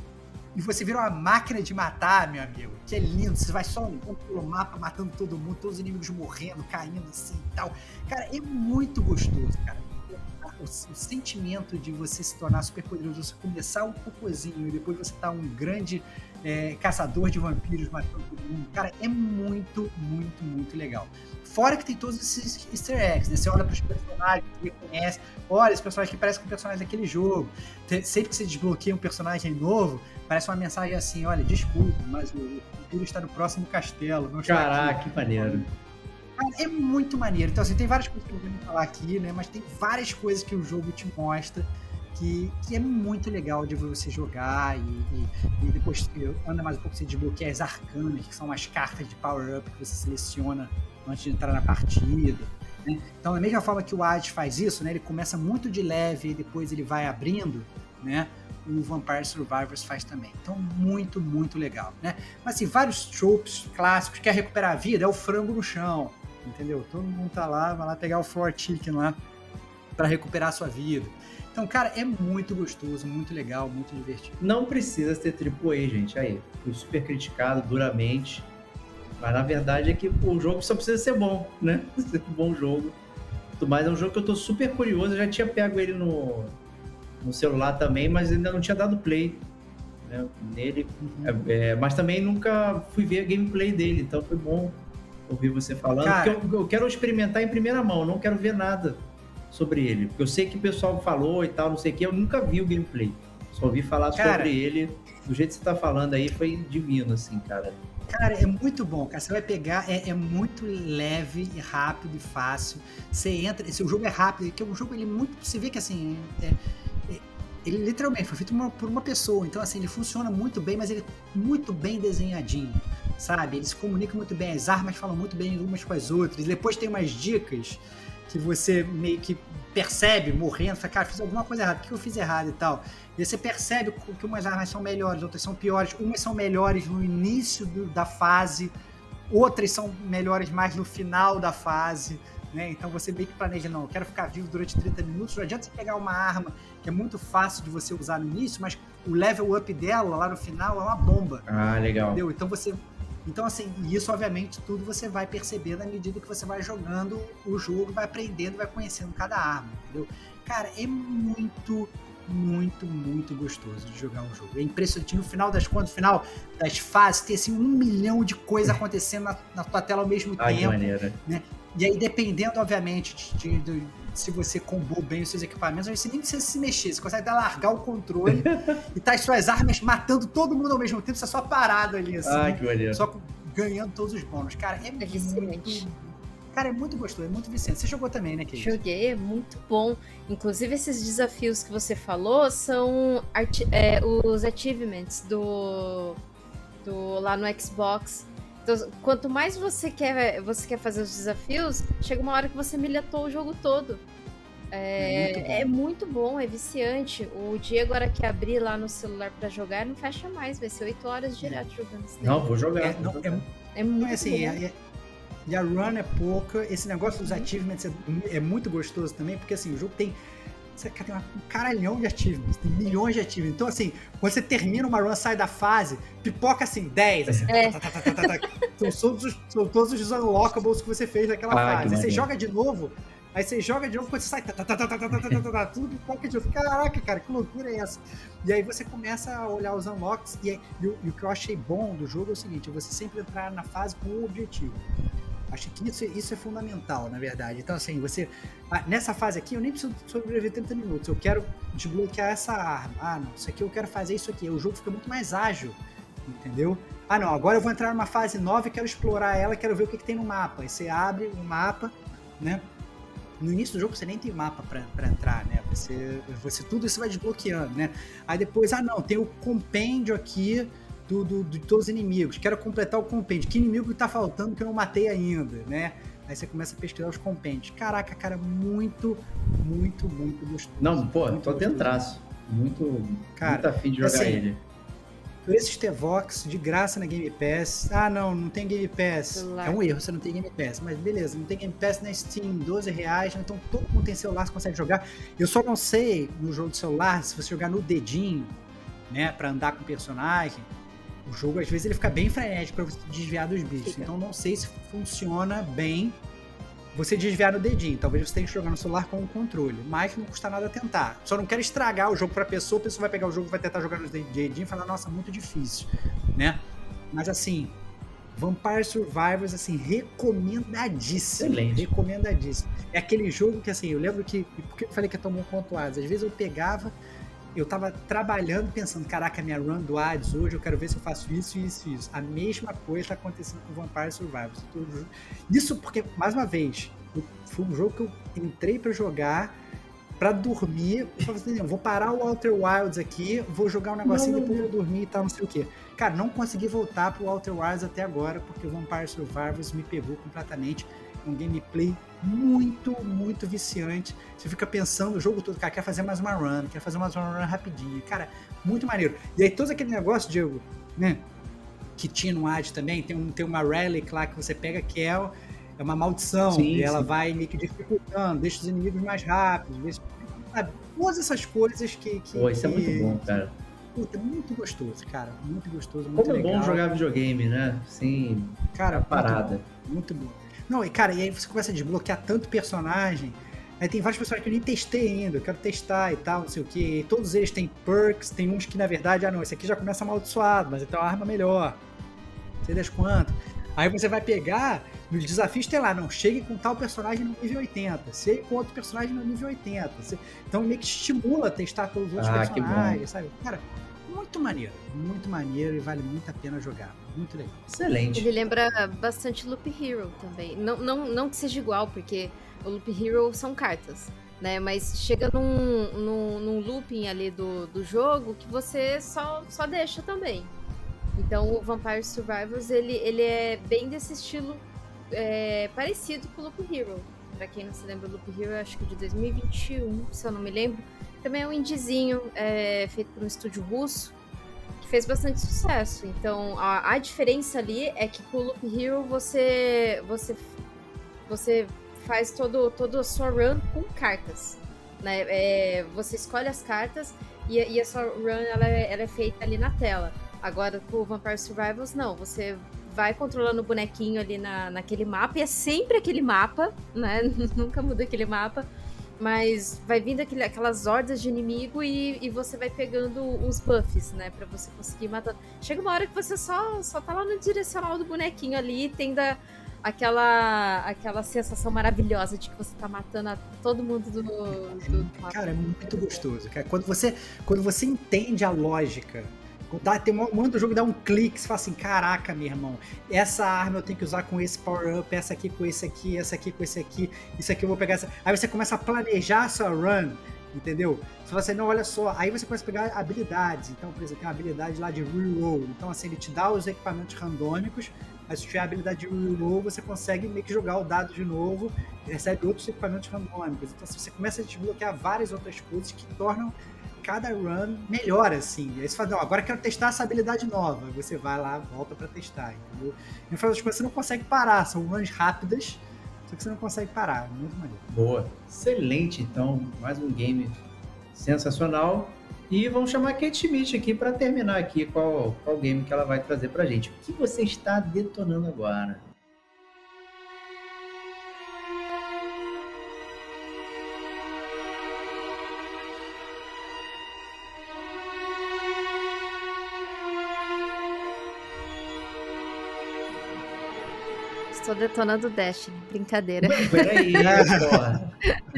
E você vira uma máquina de matar, meu amigo, que é lindo. Você vai só andando pelo mapa, matando todo mundo, todos os inimigos morrendo, caindo assim e tal. Cara, é muito gostoso, cara. O, o sentimento de você se tornar super poderoso, você começar um cocôzinho e depois você tá um grande é, caçador de vampiros matando todo mundo. Cara, é muito, muito, muito legal. Fora que tem todos esses easter eggs, né? Você olha para os personagens, você reconhece, olha, esse personagem aqui parece com o personagem daquele jogo. Sempre que você desbloqueia um personagem novo, parece uma mensagem assim, olha, desculpa, mas o vampiro está no próximo castelo. Não está Caraca, aqui. Que maneiro. É muito maneiro. Então, assim, tem várias coisas que eu não vou falar aqui, né? Mas tem várias coisas que o jogo te mostra que, que é muito legal de você jogar e, e, e depois anda mais um pouco, você desbloqueia as arcanas, que são as cartas de power-up que você seleciona antes de entrar na partida, né? Então, da mesma forma que o Hades faz isso, né? Ele começa muito de leve e depois ele vai abrindo, né? O Vampire Survivors faz também. Então, muito, muito legal, né? Mas, assim, vários tropes clássicos. Quer recuperar a vida? É o frango no chão, entendeu? Todo mundo tá lá, vai lá pegar o Floor Chicken lá para recuperar a sua vida. Então, cara, é muito gostoso, muito legal, muito divertido. Não precisa ter triplo A, gente. Aí, fui super criticado duramente. Mas, na verdade, é que o jogo só precisa ser bom, né? Ser um bom jogo. Mas é um jogo que eu tô super curioso. Eu já tinha pego ele no... no celular também, mas ainda não tinha dado play, né, nele. Uhum. É, mas também nunca fui ver a gameplay dele, então foi bom ouvir você falando. Cara, porque eu, eu quero experimentar em primeira mão, não quero ver nada sobre ele. Porque eu sei que o pessoal falou e tal, não sei o que, eu nunca vi o gameplay. Só ouvi falar cara, sobre ele. Do jeito que você tá falando aí, foi divino, assim, cara. Cara, é muito bom, cara. Você vai pegar, é, é muito leve e rápido e fácil. Você entra, esse, o jogo é rápido, porque o jogo ele é muito. Você vê que assim. É, ele literalmente foi feito uma, por uma pessoa, então assim, ele funciona muito bem, mas ele é muito bem desenhadinho, sabe? Ele se comunica muito bem, as armas falam muito bem umas com as outras, depois tem umas dicas que você meio que percebe morrendo, fala, cara, fiz alguma coisa errada, o que eu fiz errado e tal? E você percebe que umas armas são melhores, outras são piores, umas são melhores no início do, da fase, outras são melhores mais no final da fase, né? Então você meio que planeja, não, eu quero ficar vivo durante trinta minutos, não adianta você pegar uma arma que é muito fácil de você usar no início, mas o level up dela lá no final é uma bomba. Ah, legal. Entendeu? Então você... Então, assim, isso, obviamente, tudo você vai perceber na medida que você vai jogando o jogo, vai aprendendo, vai conhecendo cada arma, entendeu? Cara, é muito, muito, muito gostoso de jogar um jogo. É impressionante. No final das contas, no final das fases, tem, assim, um milhão de coisas acontecendo na, na tua tela ao mesmo ah, tempo. Que maneira. Né? E aí, dependendo, obviamente, de, de, de, se você combou bem os seus equipamentos, você nem precisa se mexer. Você consegue até largar o controle e tá as suas armas matando todo mundo ao mesmo tempo, você é só parado ali, assim. Ah, que maneiro. Só ganhando todos os bônus. Cara, é, É muito... viciante. Cara, é muito gostoso, é muito viciante. Você jogou também, né, Kate? Joguei, é muito bom. Inclusive, esses desafios que você falou são arti- é, os achievements do, do lá no Xbox. Então, quanto mais você quer, você quer fazer os desafios, chega uma hora que você militou o jogo todo. É, é, muito, é muito bom, é viciante. O dia agora que abrir lá no celular pra jogar, não fecha mais. Vai ser oito horas direto jogando isso daí. Não, vou jogar. É, vou não, jogar. É muito é assim, bom. é, é, e a run é pouca. Esse negócio dos achievements é, é muito gostoso também, porque assim, o jogo tem... Você tem um caralhão de achievements, tem milhões de achievements. Então, assim, quando você termina uma run, sai da fase, pipoca assim, dez, assim, É. tá, tá, tá, tá, tá, tá. São, todos os, são todos os unlockables que você fez naquela Ah, fase. que Aí você maneiro. joga de novo, aí você joga de novo, quando você sai, tá, tá, tá, tá, tá, tá, tá, tá, tá, tá, tudo pipoca de novo. Caraca, cara, que loucura é essa? E aí você começa a olhar os unlocks, e, aí, e, o, e o que eu achei bom do jogo é o seguinte, você sempre entrar na fase com um objetivo. Acho que isso, isso é fundamental, na verdade. Então, assim, você... Ah, nessa fase aqui, eu nem preciso sobreviver trinta minutos. Eu quero desbloquear essa arma. Ah, não, isso aqui eu quero fazer isso aqui. O jogo fica muito mais ágil, entendeu? Ah, não, agora eu vou entrar numa fase nova e quero explorar ela, quero ver o que, que tem no mapa. Aí você abre o mapa, né? No início do jogo você nem tem mapa pra, pra entrar, né? Você, você, tudo isso vai desbloqueando, né? Aí depois, ah, não, tem o compêndio aqui... Do, do, de todos os inimigos, quero completar o compêndio, que inimigo tá faltando que eu não matei ainda, né? Aí você começa a pesquisar os compêndios. Caraca, cara, muito, muito, muito gostoso. Não, pô, muito tô dentraço. Muito, cara, muito afim de jogar assim, ele. Por esses T-Vox de graça na Game Pass. Ah, não, não tem Game Pass. Celular. É um erro, você não tem Game Pass. Mas beleza, não tem Game Pass na Steam, doze reais. Então todo mundo tem celular, você consegue jogar. Eu só não sei, no jogo de celular, se você jogar no dedinho, né, pra andar com o personagem, o jogo, às vezes, ele fica bem frenético pra você desviar dos bichos. Fica. Então, não sei se funciona bem você desviar no dedinho. Talvez você tenha que jogar no celular com o controle. Mas não custa nada tentar. Só não quero estragar o jogo pra pessoa. A pessoa vai pegar o jogo e vai tentar jogar no dedinho e falar, nossa, muito difícil, né? Mas, assim, Vampire Survivors, assim, recomendadíssimo. Excelente. Recomendadíssimo. É aquele jogo que, assim, eu lembro que... Por que eu falei que é tão bom quanto o Hades? Às vezes eu pegava... Eu tava trabalhando, pensando, caraca, minha run do Hades hoje, eu quero ver se eu faço isso, isso e isso. A mesma coisa tá acontecendo com Vampire Survivors. Isso porque, mais uma vez, foi um jogo que eu entrei pra jogar, pra dormir. Eu falei assim, vou parar o Outer Wilds aqui, vou jogar um negocinho, Não, depois não. vou dormir e tal, não sei o quê. Cara, não consegui voltar pro Outer Wilds até agora, porque o Vampire Survivors me pegou completamente. Um gameplay muito, muito viciante. Você fica pensando o jogo todo, cara, quer fazer mais uma run, quer fazer mais uma run rapidinho. Cara, muito maneiro. E aí, todo aquele negócio, Diego, né, que tinha no Hades também, tem, um, tem uma relic lá que você pega que é, é uma maldição, Sim, e ela sim. vai meio que dificultando, deixa os inimigos mais rápidos, deixa, sabe, todas essas coisas que... que Pô, isso é que- muito bom, cara. Puta, muito gostoso, cara, muito gostoso, muito Como é legal. bom jogar videogame, né? Sim, Cara, a parada. Muito bom. Não, e cara, e aí você começa a desbloquear tanto personagem. Aí tem vários personagens que eu nem testei ainda, eu quero testar e tal, não sei o que. Todos eles têm perks, tem uns que na verdade, ah não, esse aqui já começa amaldiçoado, mas ele tem uma arma melhor. Não sei das quantas. Aí você vai pegar, nos desafios tem lá, não, chegue com tal personagem no nível oitenta, chegue com outro personagem no nível oitenta. Você- Então meio que estimula a testar todos os outros Ah, que bom. personagens, sabe? Cara, muito maneiro, muito maneiro e vale muito a pena jogar. Muito legal. Excelente. Ele lembra bastante Loop Hero também. Não, não, não que seja igual, porque o Loop Hero são cartas. né? Mas chega num, num, num looping ali do, do jogo que você só, só deixa também. Então o Vampire Survivors, ele, ele é bem desse estilo é, parecido com o Loop Hero. Pra quem não se lembra, o Loop Hero, acho que de dois mil e vinte e um, se eu não me lembro. Também é um indiezinho é, feito por um estúdio russo, que fez bastante sucesso. Então a, a diferença ali é que com o Loop Hero você, você, você faz todo, todo a sua run com cartas, né? É, você escolhe as cartas e, e a sua run ela é, ela é feita ali na tela. Agora, com o Vampire Survivors, não. Você vai controlando o bonequinho ali na, naquele mapa, e é sempre aquele mapa, né? Nunca muda aquele mapa. Mas vai vindo aquele, aquelas hordas de inimigo e, e você vai pegando os buffs, né? Pra você conseguir matar. Chega uma hora que você só, só tá lá no direcional do bonequinho ali, tendo a, aquela, aquela sensação maravilhosa de que você tá matando a todo mundo do, do mapa. Cara, é muito gostoso. Cara. Quando, você, quando você entende a lógica... Dá, tem um momento do jogo dá um clique, você fala assim, caraca, meu irmão, essa arma eu tenho que usar com esse power-up, essa aqui com esse aqui, essa aqui com esse aqui, isso aqui eu vou pegar essa... Aí você começa a planejar a sua run, entendeu? Você fala assim, não, olha só, aí você começa a pegar habilidades. Então, por exemplo, tem uma habilidade lá de reroll. Então, assim, ele te dá os equipamentos randômicos, mas se tiver a habilidade de reroll, você consegue meio que jogar o dado de novo e recebe outros equipamentos randômicos. Então, assim, você começa a desbloquear várias outras coisas que tornam cada run melhor, assim. Aí você fala, não, agora eu quero testar essa habilidade nova. Aí você vai lá, volta pra testar, entendeu? No final das contas, você não consegue parar. São runs rápidas, só que você não consegue parar. Muito maneiro. Boa. Excelente, então. Mais um game sensacional. E vamos chamar a Kate Schmidt aqui para terminar aqui qual, qual game que ela vai trazer pra gente. O que você está detonando agora? Estou detonando Destiny, brincadeira. Peraí, porra.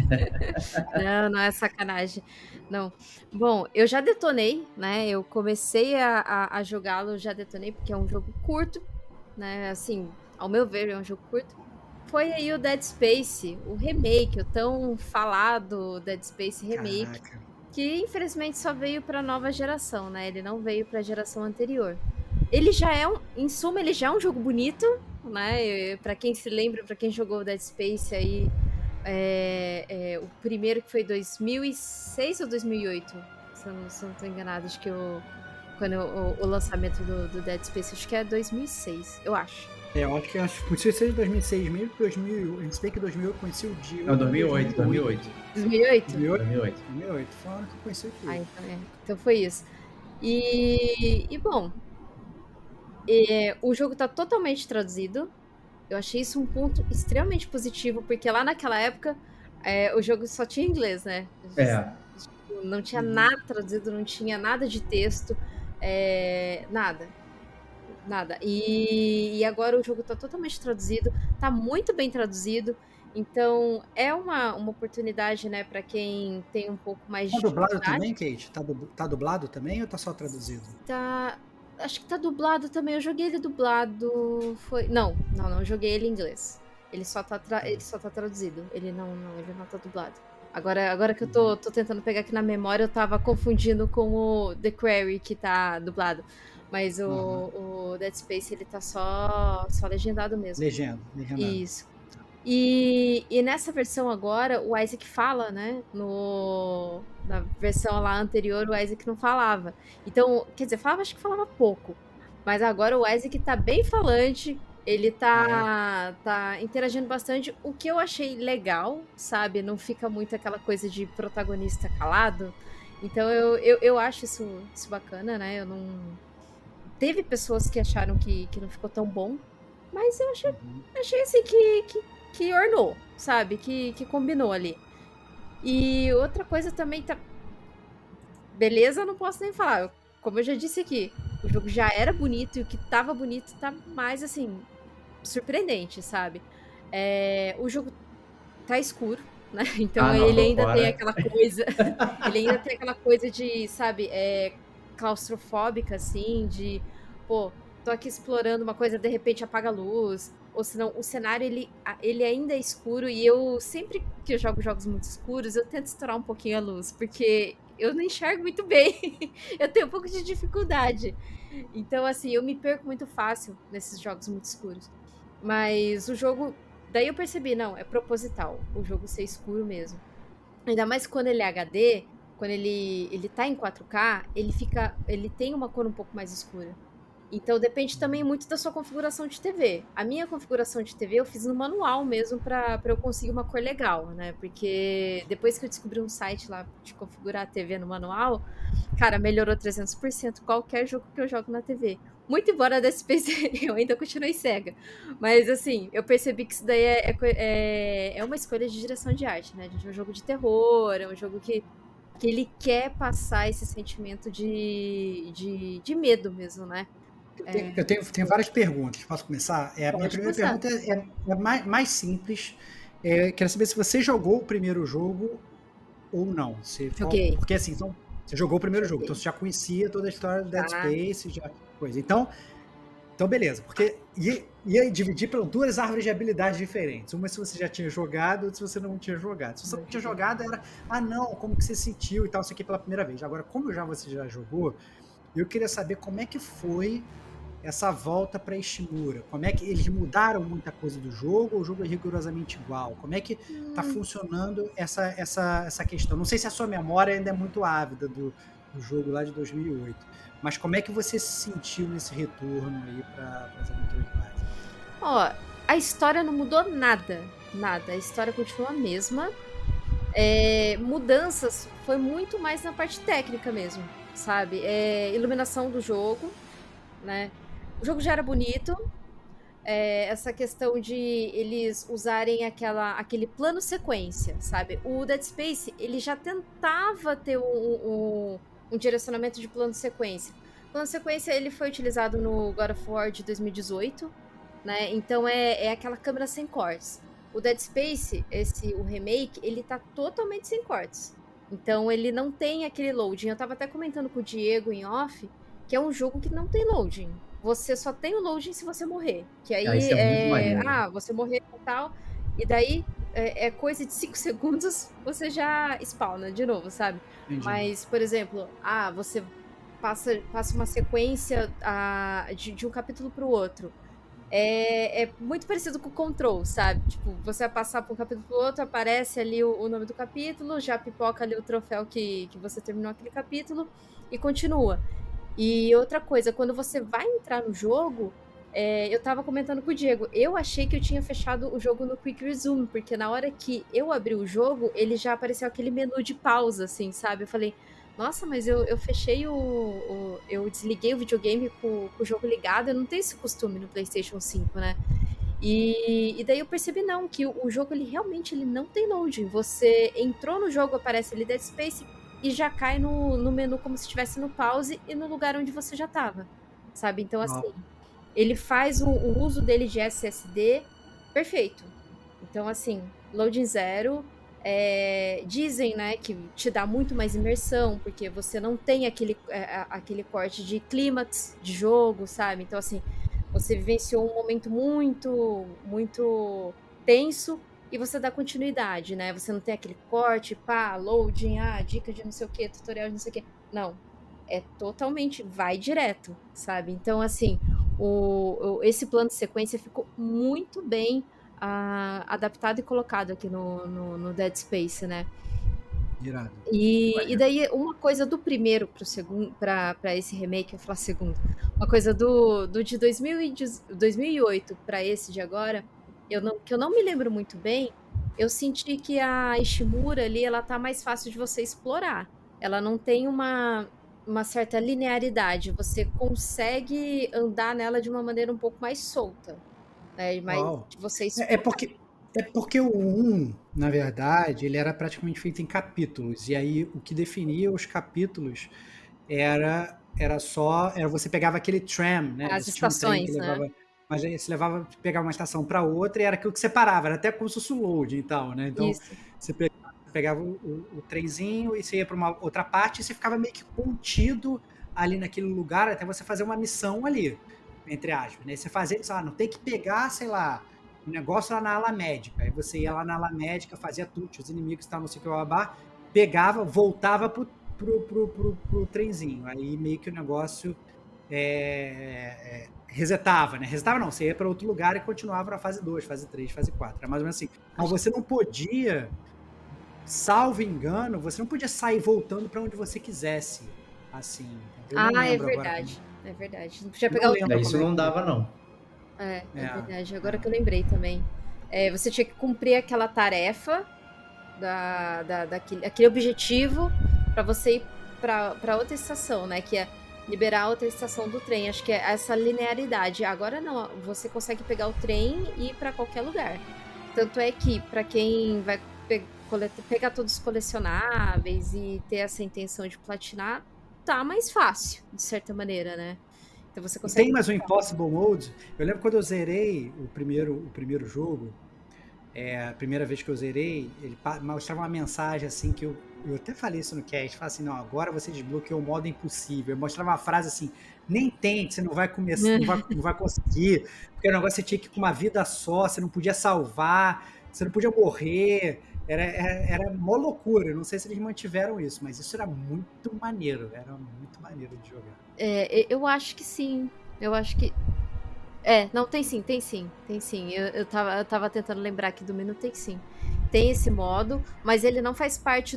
Não, não é sacanagem. Não. Bom, eu já detonei, né? Eu comecei a, a, a jogá-lo, já detonei, porque é um jogo curto, né? Assim, ao meu ver, é um jogo curto. Foi aí o Dead Space, o remake, o tão falado Dead Space Remake, Caraca. que infelizmente só veio para nova geração, né? Ele não veio para a geração anterior. Ele já é um, em suma, ele já é um jogo bonito, né? Para quem se lembra, para quem jogou o Dead Space aí, é, é, o primeiro que foi dois mil e seis ou dois mil e oito, se eu não, se eu não tô enganada, acho que o, quando o, o lançamento do, do Dead Space, acho que é dois mil e seis, eu acho. É, eu acho que acho que ser de dois mil e seis mesmo, porque dois mil, a gente sei que dois mil eu conheci o Dio. Não, dois mil e oito, dois mil e oito. dois mil e oito? dois mil e oito. dois mil e oito, foi o ano que eu conheci o Dio. Ah, então, é. Então foi isso. E, e bom, é, o jogo tá totalmente traduzido. Eu achei isso um ponto extremamente positivo, porque lá naquela época é, o jogo só tinha inglês, né? É. Não tinha nada traduzido, não tinha nada de texto, é, nada. Nada. E, e agora o jogo tá totalmente traduzido, tá muito bem traduzido. Então é uma, uma oportunidade, né, pra quem tem um pouco mais de Tá dublado dificuldade. também, Kate? Tá, du- tá dublado também ou tá só traduzido? Tá. Acho que tá dublado também. Eu joguei ele dublado. Foi. Não, não, não. Eu joguei ele em inglês. Ele só tá, tra... ele só tá traduzido. Ele não, não, ele não tá dublado. Agora, agora que eu tô, tô tentando pegar aqui na memória, eu tava confundindo com o The Quarry, que tá dublado. Mas o, Uhum. o Dead Space, ele tá só, só legendado mesmo. Legenda, legendado. Isso. E, e nessa versão agora, o Isaac fala, né? No, na versão lá anterior, o Isaac não falava. Então, quer dizer, falava, acho que falava pouco. Mas agora o Isaac tá bem falante, ele tá, tá interagindo bastante, o que eu achei legal, sabe? Não fica muito aquela coisa de protagonista calado. Então eu, eu, eu acho isso, isso bacana, né? Eu não... Teve pessoas que acharam que, que não ficou tão bom, mas eu achei, Uhum. achei assim que, que, que ornou, sabe? Que, que combinou ali. E outra coisa também tá... Beleza, eu não posso nem falar. Eu- Como eu já disse aqui, o jogo já era bonito e o que tava bonito tá mais, assim, surpreendente, sabe? É, o jogo tá escuro, né? Então Ah, não, ele tô ainda fora. tem aquela coisa... ele ainda tem aquela coisa de, sabe, é, claustrofóbica, assim, de... Pô, tô aqui explorando uma coisa, de repente apaga a luz. ou senão o cenário ele, ele ainda é escuro e eu sempre que eu jogo jogos muito escuros, eu tento estourar um pouquinho a luz, porque eu não enxergo muito bem. Eu tenho um pouco de dificuldade. Então, assim, eu me perco muito fácil nesses jogos muito escuros. Mas o jogo... Daí eu percebi, não, é proposital o jogo ser escuro mesmo. Ainda mais quando ele é H D, quando ele, ele tá em quatro K, ele fica, ele tem uma cor um pouco mais escura. Então depende também muito da sua configuração de T V. A minha configuração de T V eu fiz no manual mesmo pra, pra eu conseguir uma cor legal, né? Porque depois que eu descobri um site lá de configurar a T V no manual, cara, melhorou trezentos por cento qualquer jogo que eu jogo na T V. Muito embora Dead Space eu ainda continuei cega. Mas assim, eu percebi que isso daí é, é, é uma escolha de direção de arte, né? É um jogo de terror, é um jogo que, que ele quer passar esse sentimento de, de, de medo mesmo, né? Eu tenho, eu tenho, tenho várias perguntas. Posso começar? É, a minha primeira começar. pergunta é, é, é mais, mais simples. É, quero saber se você jogou o primeiro jogo ou não. Se Joguei. Porque assim, então, você jogou o primeiro Joguei. jogo, então você já conhecia toda a história do Dead Já. Space, já coisa. Então, então beleza. Porque ia, ia dividir por duas árvores de habilidades diferentes. Uma se você já tinha jogado, outra se você não tinha jogado. Se você não tinha jogado, era, ah não, como que você sentiu e tal, isso aqui pela primeira vez. Agora, como já você já jogou, eu queria saber como é que foi essa volta para Ishimura. Como é que eles mudaram muita coisa do jogo ou o jogo é rigorosamente igual? Como é que está hum. funcionando essa, essa, essa questão? Não sei se a sua memória ainda é muito ávida do, do jogo lá de dois mil e oito, mas como é que você se sentiu nesse retorno aí para as aventuras básicas? Ó, a história não mudou nada, nada. A história continua a mesma. É, mudanças foi muito mais na parte técnica mesmo, sabe? É, iluminação do jogo, né? O jogo já era bonito, é, essa questão de eles usarem aquela, aquele plano sequência, sabe? O Dead Space, ele já tentava ter um, um, um direcionamento de plano sequência. O plano sequência, ele foi utilizado no God of War de dois mil e dezoito, né? Então é, é aquela câmera sem cortes. O Dead Space, esse, o remake, ele tá totalmente sem cortes. Então ele não tem aquele loading. Eu tava até comentando com o Diego em off, que é um jogo que não tem loading. Você só tem o loading se você morrer. Que aí ah, isso é, é... Ah, você morrer e tal. E daí é, é coisa de cinco segundos, você já spawna de novo, sabe? Entendi. Mas, por exemplo, ah, você passa, passa uma sequência ah, de, de um capítulo pro outro. É, é muito parecido com o Control, sabe? Tipo, você vai passar para um capítulo pro outro, aparece ali o, o nome do capítulo, já pipoca ali o troféu que, que você terminou aquele capítulo e continua. E outra coisa, quando você vai entrar no jogo, é, eu tava comentando com o Diego, eu achei que eu tinha fechado o jogo no Quick Resume, porque na hora que eu abri o jogo, ele já apareceu aquele menu de pausa, assim, sabe? Eu falei, nossa, mas eu, eu fechei o, o... Eu desliguei o videogame com, com o jogo ligado, eu não tenho esse costume no PlayStation cinco, né? E, e daí eu percebi, não, que o, o jogo, ele realmente ele não tem loading. Você entrou no jogo, aparece ali Dead Space e já cai no, no menu como se estivesse no pause e no lugar onde você já tava, sabe? Então, assim, oh. ele faz o, o uso dele de S S D perfeito. Então, assim, loading zero. É, dizem, né, que te dá muito mais imersão, porque você não tem aquele, é, aquele corte de clímax de jogo, sabe? Então, assim, você vivenciou um momento muito, muito tenso e você dá continuidade, né? Você não tem aquele corte, pá, loading, ah, dica de não sei o que, tutorial de não sei o que. Não, é totalmente, vai direto, sabe? Então, assim, o, o, esse plano de sequência ficou muito bem Uh, adaptado e colocado aqui no, no, no Dead Space, né? Irado. E, e daí, uma coisa do primeiro pro segundo, pra, pra esse remake, eu vou falar segundo, uma coisa do, do de dois mil e oito pra esse de agora, eu não, que eu não me lembro muito bem, eu senti que a Ishimura ali, ela tá mais fácil de você explorar. Ela não tem uma, uma certa linearidade, você consegue andar nela de uma maneira um pouco mais solta. É, mas vocês... é, é, porque, é porque o um, na verdade, ele era praticamente feito em capítulos. E aí o que definia os capítulos era, era só... Era você pegava aquele tram, né? As estações, um que levava, né? Mas aí você levava, pegava uma estação para outra e era aquilo que separava. Era até como se fosse o load e tal, né? Então, Isso. você pegava, pegava o, o, o trenzinho e você ia para uma outra parte e você ficava meio que contido ali naquele lugar até você fazer uma missão ali. entre aspas, né? Você fazia, sei lá, não tem que pegar, sei lá, um negócio lá na ala médica. Aí você ia lá na ala médica, fazia tudo, os inimigos estavam, não sei o que, babá, pegava, voltava pro, pro, pro, pro, pro trenzinho. Aí meio que o negócio é, é, resetava, né? Resetava não, você ia para outro lugar e continuava na fase dois, fase três, fase quatro. Era mais ou menos assim. Mas você não podia, salvo engano, você não podia sair voltando para onde você quisesse. Assim. Eu ah, não é lembro verdade. Agora. É verdade. Não podia Não pegar o lembro. É, isso não dava, não. É, é, É, verdade. Agora é. que eu lembrei também. É, você tinha que cumprir aquela tarefa, da, da, daquele, aquele objetivo, para você ir para outra estação, né? Que é liberar outra estação do trem. Acho que é essa linearidade. Agora não, você consegue pegar o trem e ir para qualquer lugar. Tanto é que, para quem vai pe coleta, pegar todos os colecionáveis e ter essa intenção de platinar, tá mais fácil, de certa maneira, né? Então você consegue... Tem mais um Impossible Mode. Eu lembro quando eu zerei o primeiro, o primeiro jogo, é, a primeira vez que eu zerei, ele mostrava uma mensagem assim que eu, eu até falei isso no cast, falava assim, não, agora você desbloqueou o modo impossível. Eu mostrava uma frase assim, nem tente, você não vai começar, não vai, não vai conseguir, porque o negócio você tinha que ir com uma vida só, você não podia salvar, você não podia morrer, era, era, era mó loucura. Eu não sei se eles mantiveram isso, mas isso era muito maneiro, era muito maneiro de jogar. É, eu acho que sim, eu acho que... É, não, tem sim, tem sim, tem sim. Eu, eu, tava, eu tava tentando lembrar aqui do menu, tem sim. Tem esse modo, mas ele não faz parte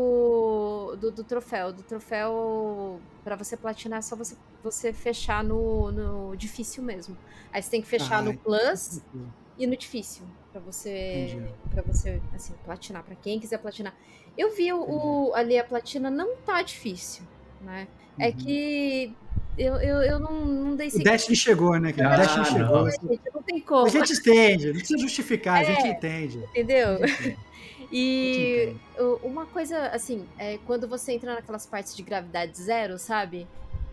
do, do, do troféu. Do troféu, pra você platinar, é só você, você fechar no, no difícil mesmo. Aí você tem que fechar ah, no plus e no difícil, pra você, pra você, assim, platinar, pra quem quiser platinar. Eu vi o, o, ali a platina, não tá difícil, né? Uhum. É que... Eu, eu, eu não, não dei sequência. O Destiny chegou, né? Ah, o Destiny chegou. Não. Gente, não tem como. A gente entende, não precisa justificar, é, a gente entende. Entendeu? Gente e entende. Uma coisa, assim, é quando você entra naquelas partes de gravidade zero, sabe?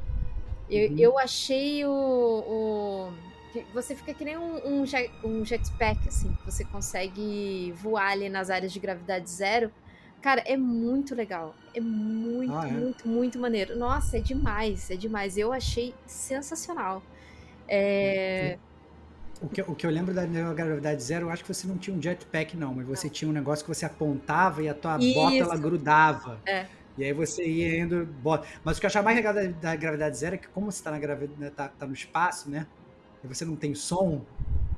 Eu, uhum. eu achei o, o... Você fica que nem um, um, jet, um jetpack, assim, que você consegue voar ali nas áreas de gravidade zero. Cara, é muito legal. É muito, ah, é? muito, muito maneiro. Nossa, é demais, é demais. Eu achei sensacional. É... O, que, o que eu lembro da gravidade zero, eu acho que você não tinha um jetpack, não, mas você não. tinha um negócio que você apontava e a tua Isso. bota, ela grudava. É. E aí você ia indo, bota. Mas o que eu achava mais legal da, da gravidade zero é que como você tá, na gravidade, tá, tá no espaço, né? E você não tem som...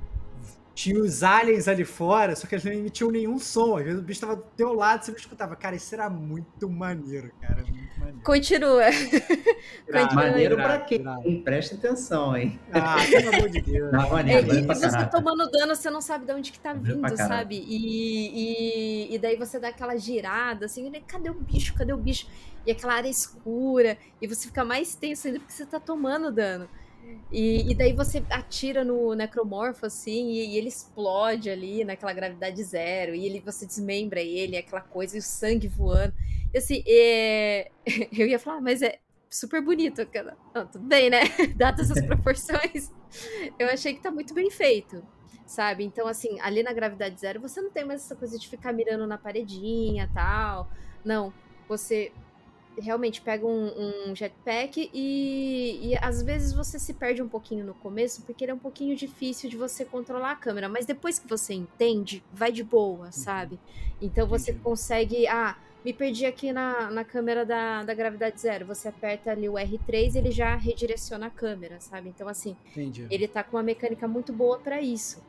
Tinha os aliens ali fora, só que eles não emitiam nenhum som. Às vezes o bicho tava do teu lado e você não escutava. Cara, isso era muito maneiro, cara. Muito maneiro. Continua. Continua. Maneiro pra quem? Irado. Presta atenção, hein? Ah, pelo amor de Deus. Não, maneiro, é, e você caraca. tomando dano, você não sabe de onde que tá vindo, sabe? E, e, e daí você dá aquela girada, assim, cadê o bicho? Cadê o bicho? E aquela área escura. E você fica mais tenso ainda porque você tá tomando dano. E, e daí você atira no necromorfo, assim, e, e ele explode ali naquela gravidade zero, e ele, você desmembra ele, aquela coisa, e o sangue voando. E assim, é... eu ia falar, mas é super bonito. Não, tudo bem, né? Dadas as proporções, eu achei que tá muito bem feito, sabe? Então, assim, ali na gravidade zero, você não tem mais essa coisa de ficar mirando na paredinha e tal. Não, você... realmente pega um, um jetpack e, e às vezes você se perde um pouquinho no começo, porque ele é um pouquinho difícil de você controlar a câmera, mas depois que você entende, vai de boa, sabe? Então você Entendi. consegue, ah, me perdi aqui na, na câmera da, da gravidade zero, você aperta ali o R três e ele já redireciona a câmera, sabe? Então assim, Entendi. ele tá com uma mecânica muito boa para isso.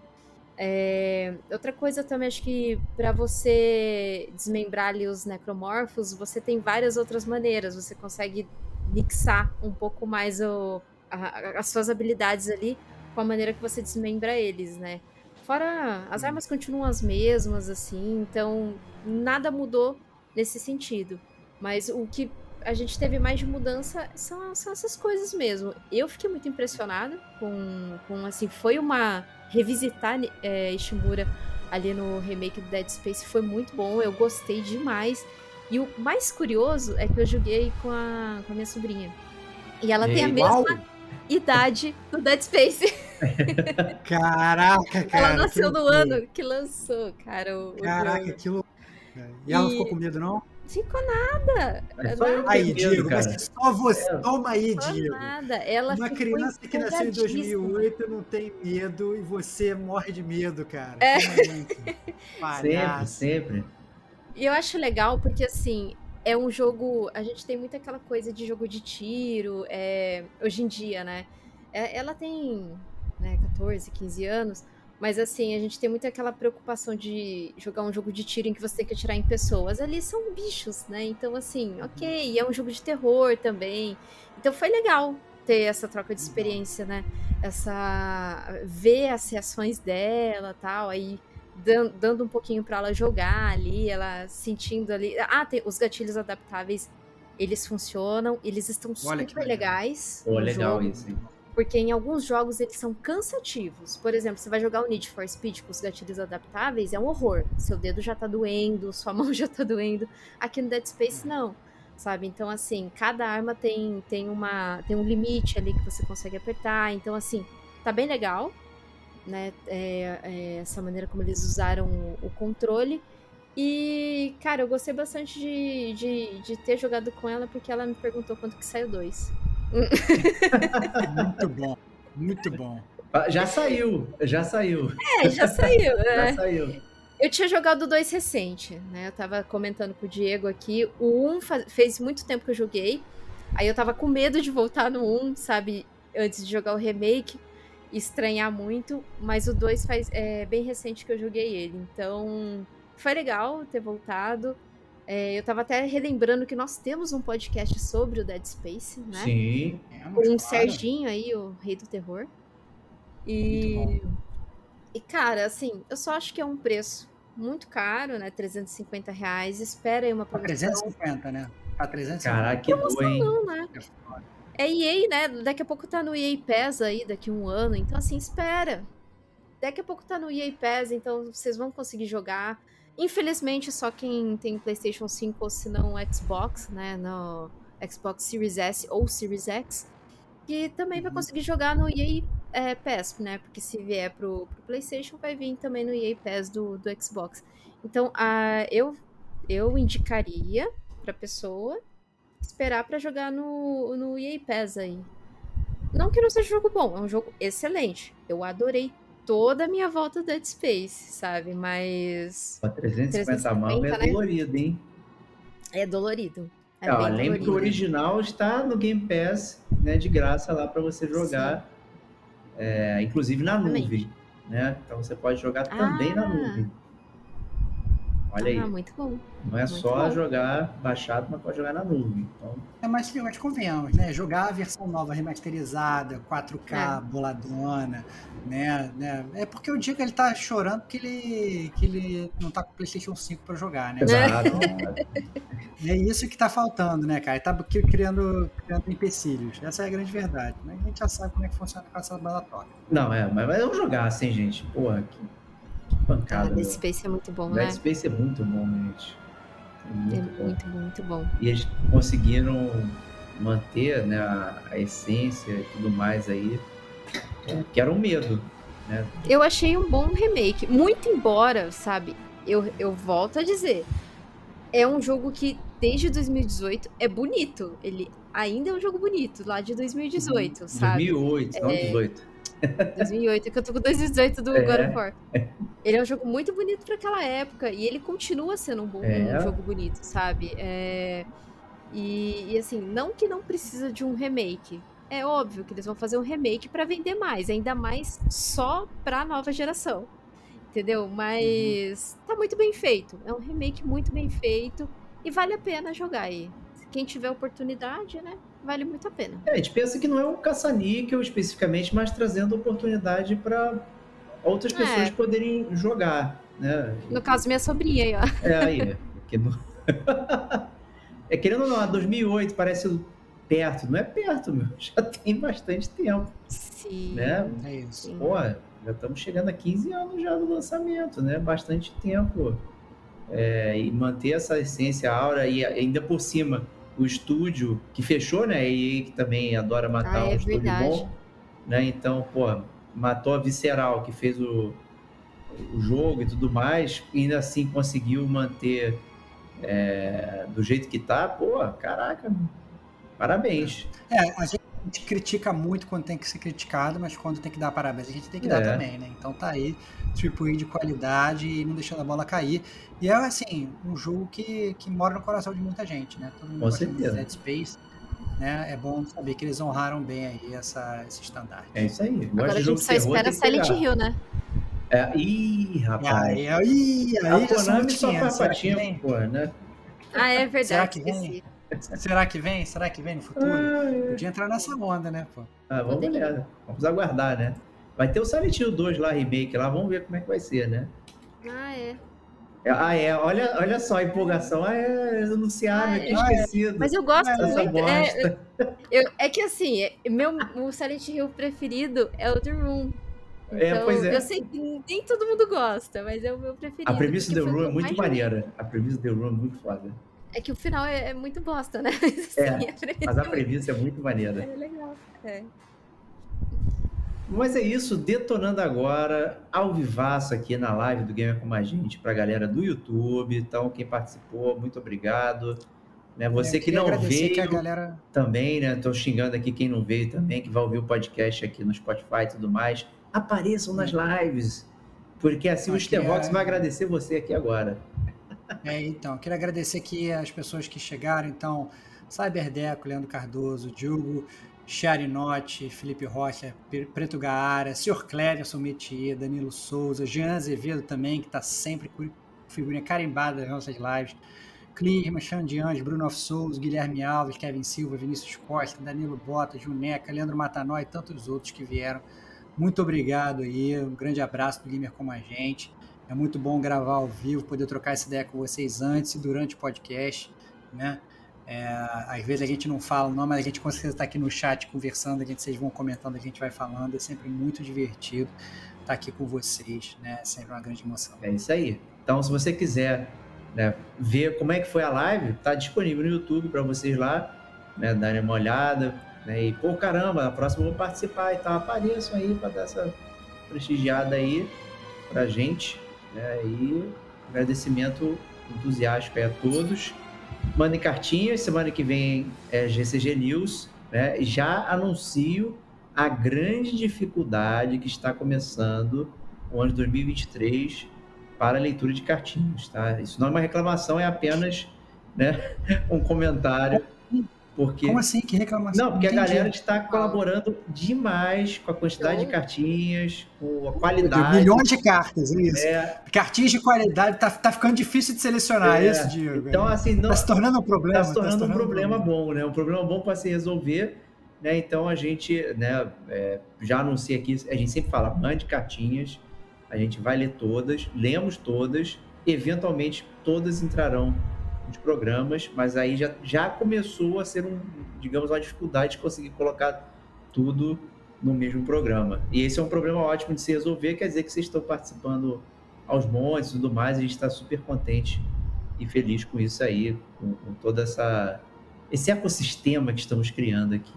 É, outra coisa também, acho que para você desmembrar ali os necromorfos, você tem várias outras maneiras, você consegue mixar um pouco mais o, a, as suas habilidades ali com a maneira que você desmembra eles, né? Fora, as armas continuam as mesmas, assim, então nada mudou nesse sentido, mas o que a gente teve mais de mudança são, são essas coisas mesmo. Eu fiquei muito impressionada com, com assim, foi uma... Revisitar é, Ishimura ali no remake do Dead Space foi muito bom, eu gostei demais. E o mais curioso é que eu joguei com a, com a minha sobrinha. E ela é tem a igual? mesma idade do Dead Space. Caraca, cara. Ela nasceu no ano que lançou, cara. O, Caraca, o aquilo... E ela e... ficou com medo, não? Ficou nada. É só eu que Aí, tenho medo, Diego, vai cara. ser só você. É. Toma aí, Ficou Diego. nada. Ela Uma ficou criança que nasceu em dois mil e empolgadíssima. oito não tem medo e você morre de medo, cara. É. Toma aí, então. Sempre, Palhaço. sempre. E eu acho legal porque, assim, é um jogo... A gente tem muito aquela coisa de jogo de tiro, é, hoje em dia, né? É, ela tem, né, catorze, quinze anos, mas, assim, a gente tem muito aquela preocupação de jogar um jogo de tiro em que você tem que atirar em pessoas. Ali são bichos, né? Então, assim, ok. E é um jogo de terror também. Então, foi legal ter essa troca de experiência, né? Essa... Ver as reações dela e tal, aí... dan- dando um pouquinho pra ela jogar ali, ela sentindo ali. Ah, tem os gatilhos adaptáveis, eles funcionam, eles estão Olha que super legal. legais Pô, no legal jogo, isso, hein? porque em alguns jogos eles são cansativos. Por exemplo, você vai jogar o Need for Speed com os gatilhos adaptáveis, é um horror. Seu dedo já tá doendo, sua mão já tá doendo. Aqui no Dead Space não, sabe? Então, assim, cada arma tem, tem, uma, tem um limite ali que você consegue apertar. Então, assim, tá bem legal, né? É, é, essa maneira como eles usaram o, o controle. E, cara, eu gostei bastante de, de, de ter jogado com ela, porque ela me perguntou quanto que saiu dois. Muito bom. Muito bom. Ah, Já saiu, já saiu, É, já saiu, já né? saiu. Eu tinha jogado o dois recente, né? Eu tava comentando com o Diego aqui. O um fa- fez muito tempo que eu joguei. Aí eu tava com medo de voltar no um, sabe? Antes de jogar o remake. Estranhar muito. Mas o dois faz, é bem recente que eu joguei ele. Então, foi legal ter voltado. É, eu tava até relembrando que nós temos um podcast sobre o Dead Space, né? Sim, Com Temos, o claro. Serginho aí, o rei do terror. E... Muito bom. E, cara, assim, eu só acho que é um preço muito caro, né? trezentos e cinquenta reais. Espera aí uma Tá promoção. trezentos e cinquenta, né? Tá trezentos e cinquenta. caraca, que boa, hein? Não, né? É foda. É E A, né? Daqui a pouco tá no E A Pass aí, daqui a um ano. Então, assim, espera. Daqui a pouco tá no E A Pass, então vocês vão conseguir jogar. Infelizmente, só quem tem PlayStation cinco ou se não Xbox, né? No Xbox Series S ou Series X, que também vai Uhum. conseguir jogar no E A é, Pass, né? Porque se vier pro, pro PlayStation, vai vir também no E A Pass do, do Xbox. Então, ah, eu, eu indicaria pra pessoa esperar pra jogar no, no E A Pass aí. Não que não seja um jogo bom, é um jogo excelente. Eu adorei toda a minha volta do Dead Space, sabe? Mas Pô, trezentos e cinquenta mangos é trezentos e cinquenta, né? dolorido, hein? É dolorido. É É, ó, bem lembra que o dolorido. original está no Game Pass, né, de graça lá para você jogar, é, inclusive na Exatamente. nuvem, né? Então você pode jogar também na Ah, nuvem. Olha ah, aí, muito bom. não é muito só bom. jogar baixado, mas pode jogar na nuvem. Então, É mais que mas convenhamos, né? Jogar a versão nova remasterizada, quatro K, É. boladona, né? né? É porque o Diego ele tá chorando porque ele, que ele não tá com o PlayStation cinco pra jogar, né? exato. É isso que tá faltando, né, cara? Ele tá aqui criando, criando empecilhos. Essa é a grande verdade. Mas a gente já sabe como é que funciona com essa banda toca. Não, é, mas mas é um jogar assim, gente. Porra, que, que Ah, pancada. Dead meu. Space é muito bom, Dead né? Space é muito bom, gente. É É muito bom. muito bom, muito bom. E eles conseguiram manter, né, a, a essência e tudo mais aí, é, que era um medo, né? Eu achei um bom remake. Muito embora, sabe? Eu, eu volto a dizer. É um jogo que, desde dois mil e dezoito, é bonito. Ele ainda é um jogo bonito, lá de dois mil e dezoito, sabe? dois mil e oito, não dezoito. dois mil e oito, que eu tô com dois mil e dezoito do É. God of War. Ele é um jogo muito bonito pra aquela época. E ele continua sendo um, bom, É. um jogo bonito, sabe? É, e, e assim, não que não precisa de um remake. É óbvio que eles vão fazer um remake pra vender mais. Ainda mais só pra nova geração. Entendeu? Mas tá muito bem feito. É um remake muito bem feito. E vale a pena jogar aí. Quem tiver oportunidade, né? Vale muito a pena. É, a gente pensa que não é um caça-níquel especificamente, mas trazendo oportunidade para outras É. pessoas poderem jogar, né? No caso, minha sobrinha aí, ó. É aí, porque não... é, querendo ou não, a dois mil e oito parece perto, não é perto, meu, já tem bastante tempo, Sim. né? É isso. Sim. Pô, já estamos chegando a quinze anos já do lançamento, né? Bastante tempo. É, e manter essa essência aura e ainda por cima o estúdio que fechou, né? E que também adora matar Ah, um é estúdio verdade. bom, né? Então, pô, matou a Visceral que fez o, o jogo e tudo mais, e ainda assim conseguiu manter é, do jeito que tá, pô, caraca, parabéns. É, a gente A gente critica muito quando tem que ser criticado, mas quando tem que dar parabéns, a gente tem que dar É. também, né? Então tá aí, Triple A de qualidade e não deixando a bola cair. E é, assim, um jogo que, que mora no coração de muita gente, né? Todo mundo Com gosta muito de certeza. Dead Space, né? É bom saber que eles honraram bem aí essa, esse estandarte. É isso aí. Gosto Agora de a jogo gente de só terror, espera tem que Silent pegar. Hill, né? É, ih, E rapaz. aí, aí, A aí já são Konami outros só quinhentos. faz Será que patinha, vem? pô, né? Ah, é verdade. Será que vem? esqueci. Será que vem? Será que vem no futuro? Podia entrar nessa onda, né, pô? Ah, vamos Poderia. olhar. Vamos aguardar, né? Vai ter o Silent Hill dois lá, remake lá, vamos ver como é que vai ser, né? Ah, é. É, Ah, é, olha, olha só a empolgação. Ah, é, eles anunciaram, Ah, eu tinha é. esquecido. Mas eu gosto Essa muito. bosta. É, eu, é que assim, é- meu, o Silent Hill preferido é o The Room. Então, É, pois é. eu sei que nem todo mundo gosta, mas é o meu preferido. A premissa porque do The foi o Room que é eu muito mais joguei. maneira. A premissa do The Room é muito foda. É que o final é, é muito bosta, né? Mas, assim, É, a premissa mas a é muito- premissa é muito maneira. é legal. É. Mas é isso, detonando agora, ao vivaço aqui na live do Gamer Como a Gente, pra galera do YouTube. Então, quem participou, muito obrigado. Né, você Eu que queria não agradecer veio que a galera... também, né? Tô xingando aqui quem não veio também, que vai ouvir o podcast aqui no Spotify e tudo mais. Apareçam nas lives, porque assim o Aqui Stevox é- vai agradecer você aqui agora. É, então, eu queria agradecer aqui as pessoas que chegaram, então, Cyberdeco, Leandro Cardoso, Diogo Charinotti, Felipe Rocha, Pe- Preto Gaara, senhor Cleverson Metier, Danilo Souza, Jean Azevedo também, que está sempre com figurinha carimbada nas nossas lives, Clima, Xande Anjos, Bruno of Souza, Guilherme Alves, Kevin Silva, Vinícius Costa, Danilo Bota, Juneca, Leandro Matanó e tantos outros que vieram. Muito obrigado aí, um grande abraço do Gamer Como a Gente. É muito bom gravar ao vivo, poder trocar essa ideia com vocês antes e durante o podcast, né? É, às vezes a gente não fala não, mas a gente com certeza está aqui no chat conversando, a gente, vocês vão comentando, a gente vai falando, é sempre muito divertido estar aqui com vocês, né? É sempre uma grande emoção. É isso aí. Então, se você quiser, né, ver como é que foi a live, tá disponível no YouTube para vocês lá, né, darem uma olhada, né, e pô, caramba, na próxima eu vou participar e tal, apareçam aí para dar essa prestigiada aí pra gente, né, e agradecimento entusiástico aí a todos. Mandem cartinhas, semana que vem é G C G News, né, e já anuncio a grande dificuldade que está começando o ano de dois mil e vinte e três para a leitura de cartinhas, tá? Isso não é uma reclamação, é apenas, né, um comentário, porque... Como assim? Que reclamação? Não, porque a Entendi. galera está colaborando demais com a quantidade de Então- cartinhas, com a Meu qualidade. Deus, milhões de cartas, é isso. É, Cartinhas de qualidade, tá, tá ficando difícil de selecionar, é, é. isso, Diego? Então, assim, não, Tá se tornando um problema. está se tornando, tá um problema bom, né? Um problema bom para se resolver, né? Então a gente, né, é, já anuncia aqui, a gente sempre fala, mande cartinhas, a gente vai ler todas, lemos todas, eventualmente todas entrarão nos programas, mas aí já, já começou a ser um, digamos, uma dificuldade de conseguir colocar tudo no mesmo programa. E esse é um problema ótimo de se resolver, quer dizer que vocês estão participando aos montes e tudo mais, a gente está super contente e feliz com isso aí, com, com toda essa esse ecossistema que estamos criando aqui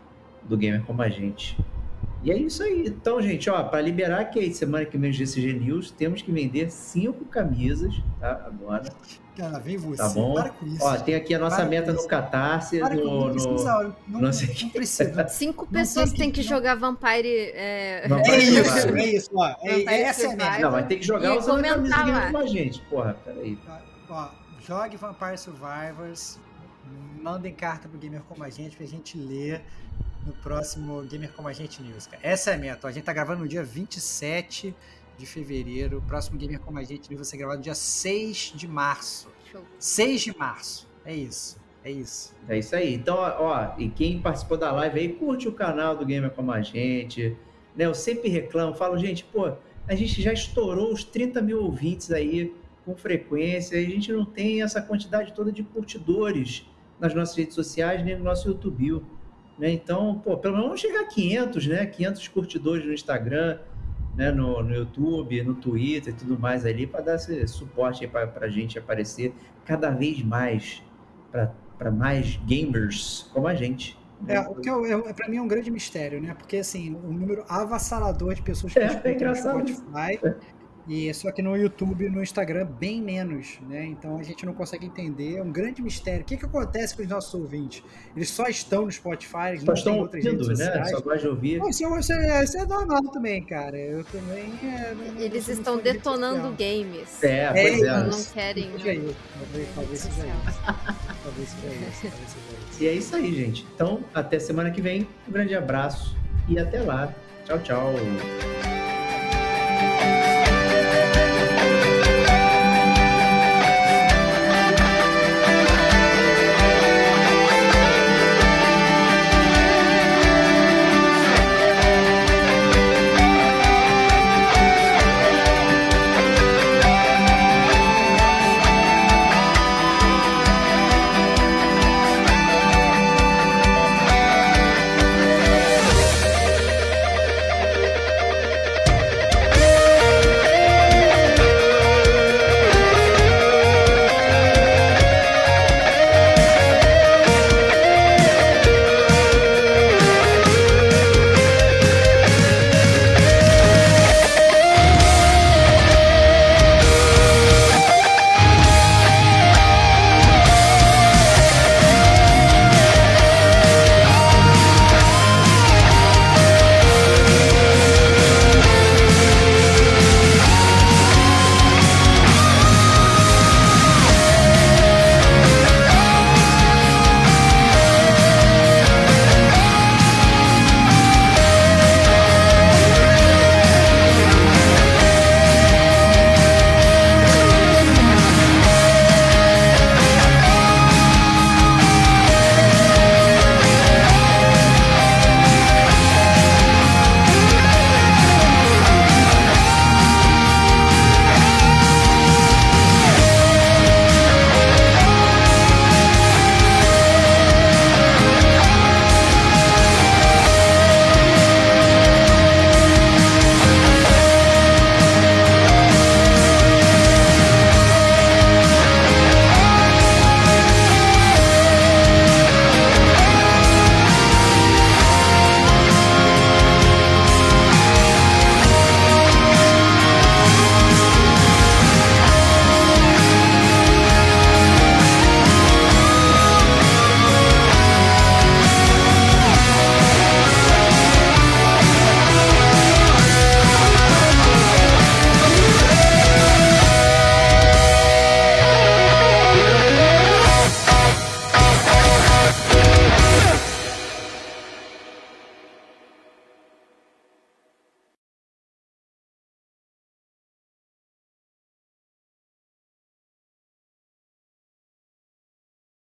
do Gamer Como a Gente. E é isso aí. Então, gente, ó, para liberar a Kate semana que vem no G C G News, temos que vender cinco camisas, tá? Agora, Cara, vem você, tá bom? para com isso. Ó, tem aqui a nossa Para meta com no isso. Catarse, Para com no, não no... precisa, não, não sei não precisa. Cinco Não pessoas tem têm que- que não- jogar Vampire. É... Vampire É isso, Survivor. é isso, ó. É, Vampire essa é a Survivor. meta. Não, vai ter que jogar E usando a camisa do comentar Gamer lá. Como a Gente. Porra, peraí. Ó, jogue Vampire Survivors, mandem carta pro Gamer Como a Gente pra gente ler no próximo Gamer Como a Gente News, cara. Essa é a meta. Ó, a gente tá gravando no dia vinte e sete de fevereiro. O próximo Gamer Como a Gente News vai ser gravado no dia seis de março. Show. seis de março. É isso. É isso. É isso aí. Então, ó, e quem participou da live aí, curte o canal do Gamer Como a Gente, né? Eu sempre reclamo, falo, gente, pô, a gente já estourou os trinta mil ouvintes aí com frequência, e a gente não tem essa quantidade toda de curtidores nas nossas redes sociais, nem no nosso YouTube, né? Então, pô, pelo menos vamos chegar a quinhentos, né? quinhentos curtidores no Instagram, né? No, no YouTube, no Twitter e tudo mais ali, para dar esse suporte aí para a gente aparecer cada vez mais para mais gamers como a gente. É, o que eu, eu, pra mim é um grande mistério, né? Porque, assim, o número avassalador de pessoas que É, é escutam no engraçado. Spotify E só que no YouTube e no Instagram, bem menos, né? Então a gente não consegue entender. É um grande mistério. O que, que acontece com os nossos ouvintes? Eles só estão no Spotify, eles Só não estão têm outras redes ouvindo, né? sociais. Só gosta de ouvir. Pô, isso, é, isso, é, isso é normal também, cara. Eu também. É, não, Eles não estão sou de rede detonando social. games. É, pois É, é. Não, isso. não querem. Talvez seja isso. Talvez, talvez seja social. isso. Talvez seja isso. Talvez seja isso. E é isso aí, gente. Então, até semana que vem. Um grande abraço e até lá. Tchau, tchau.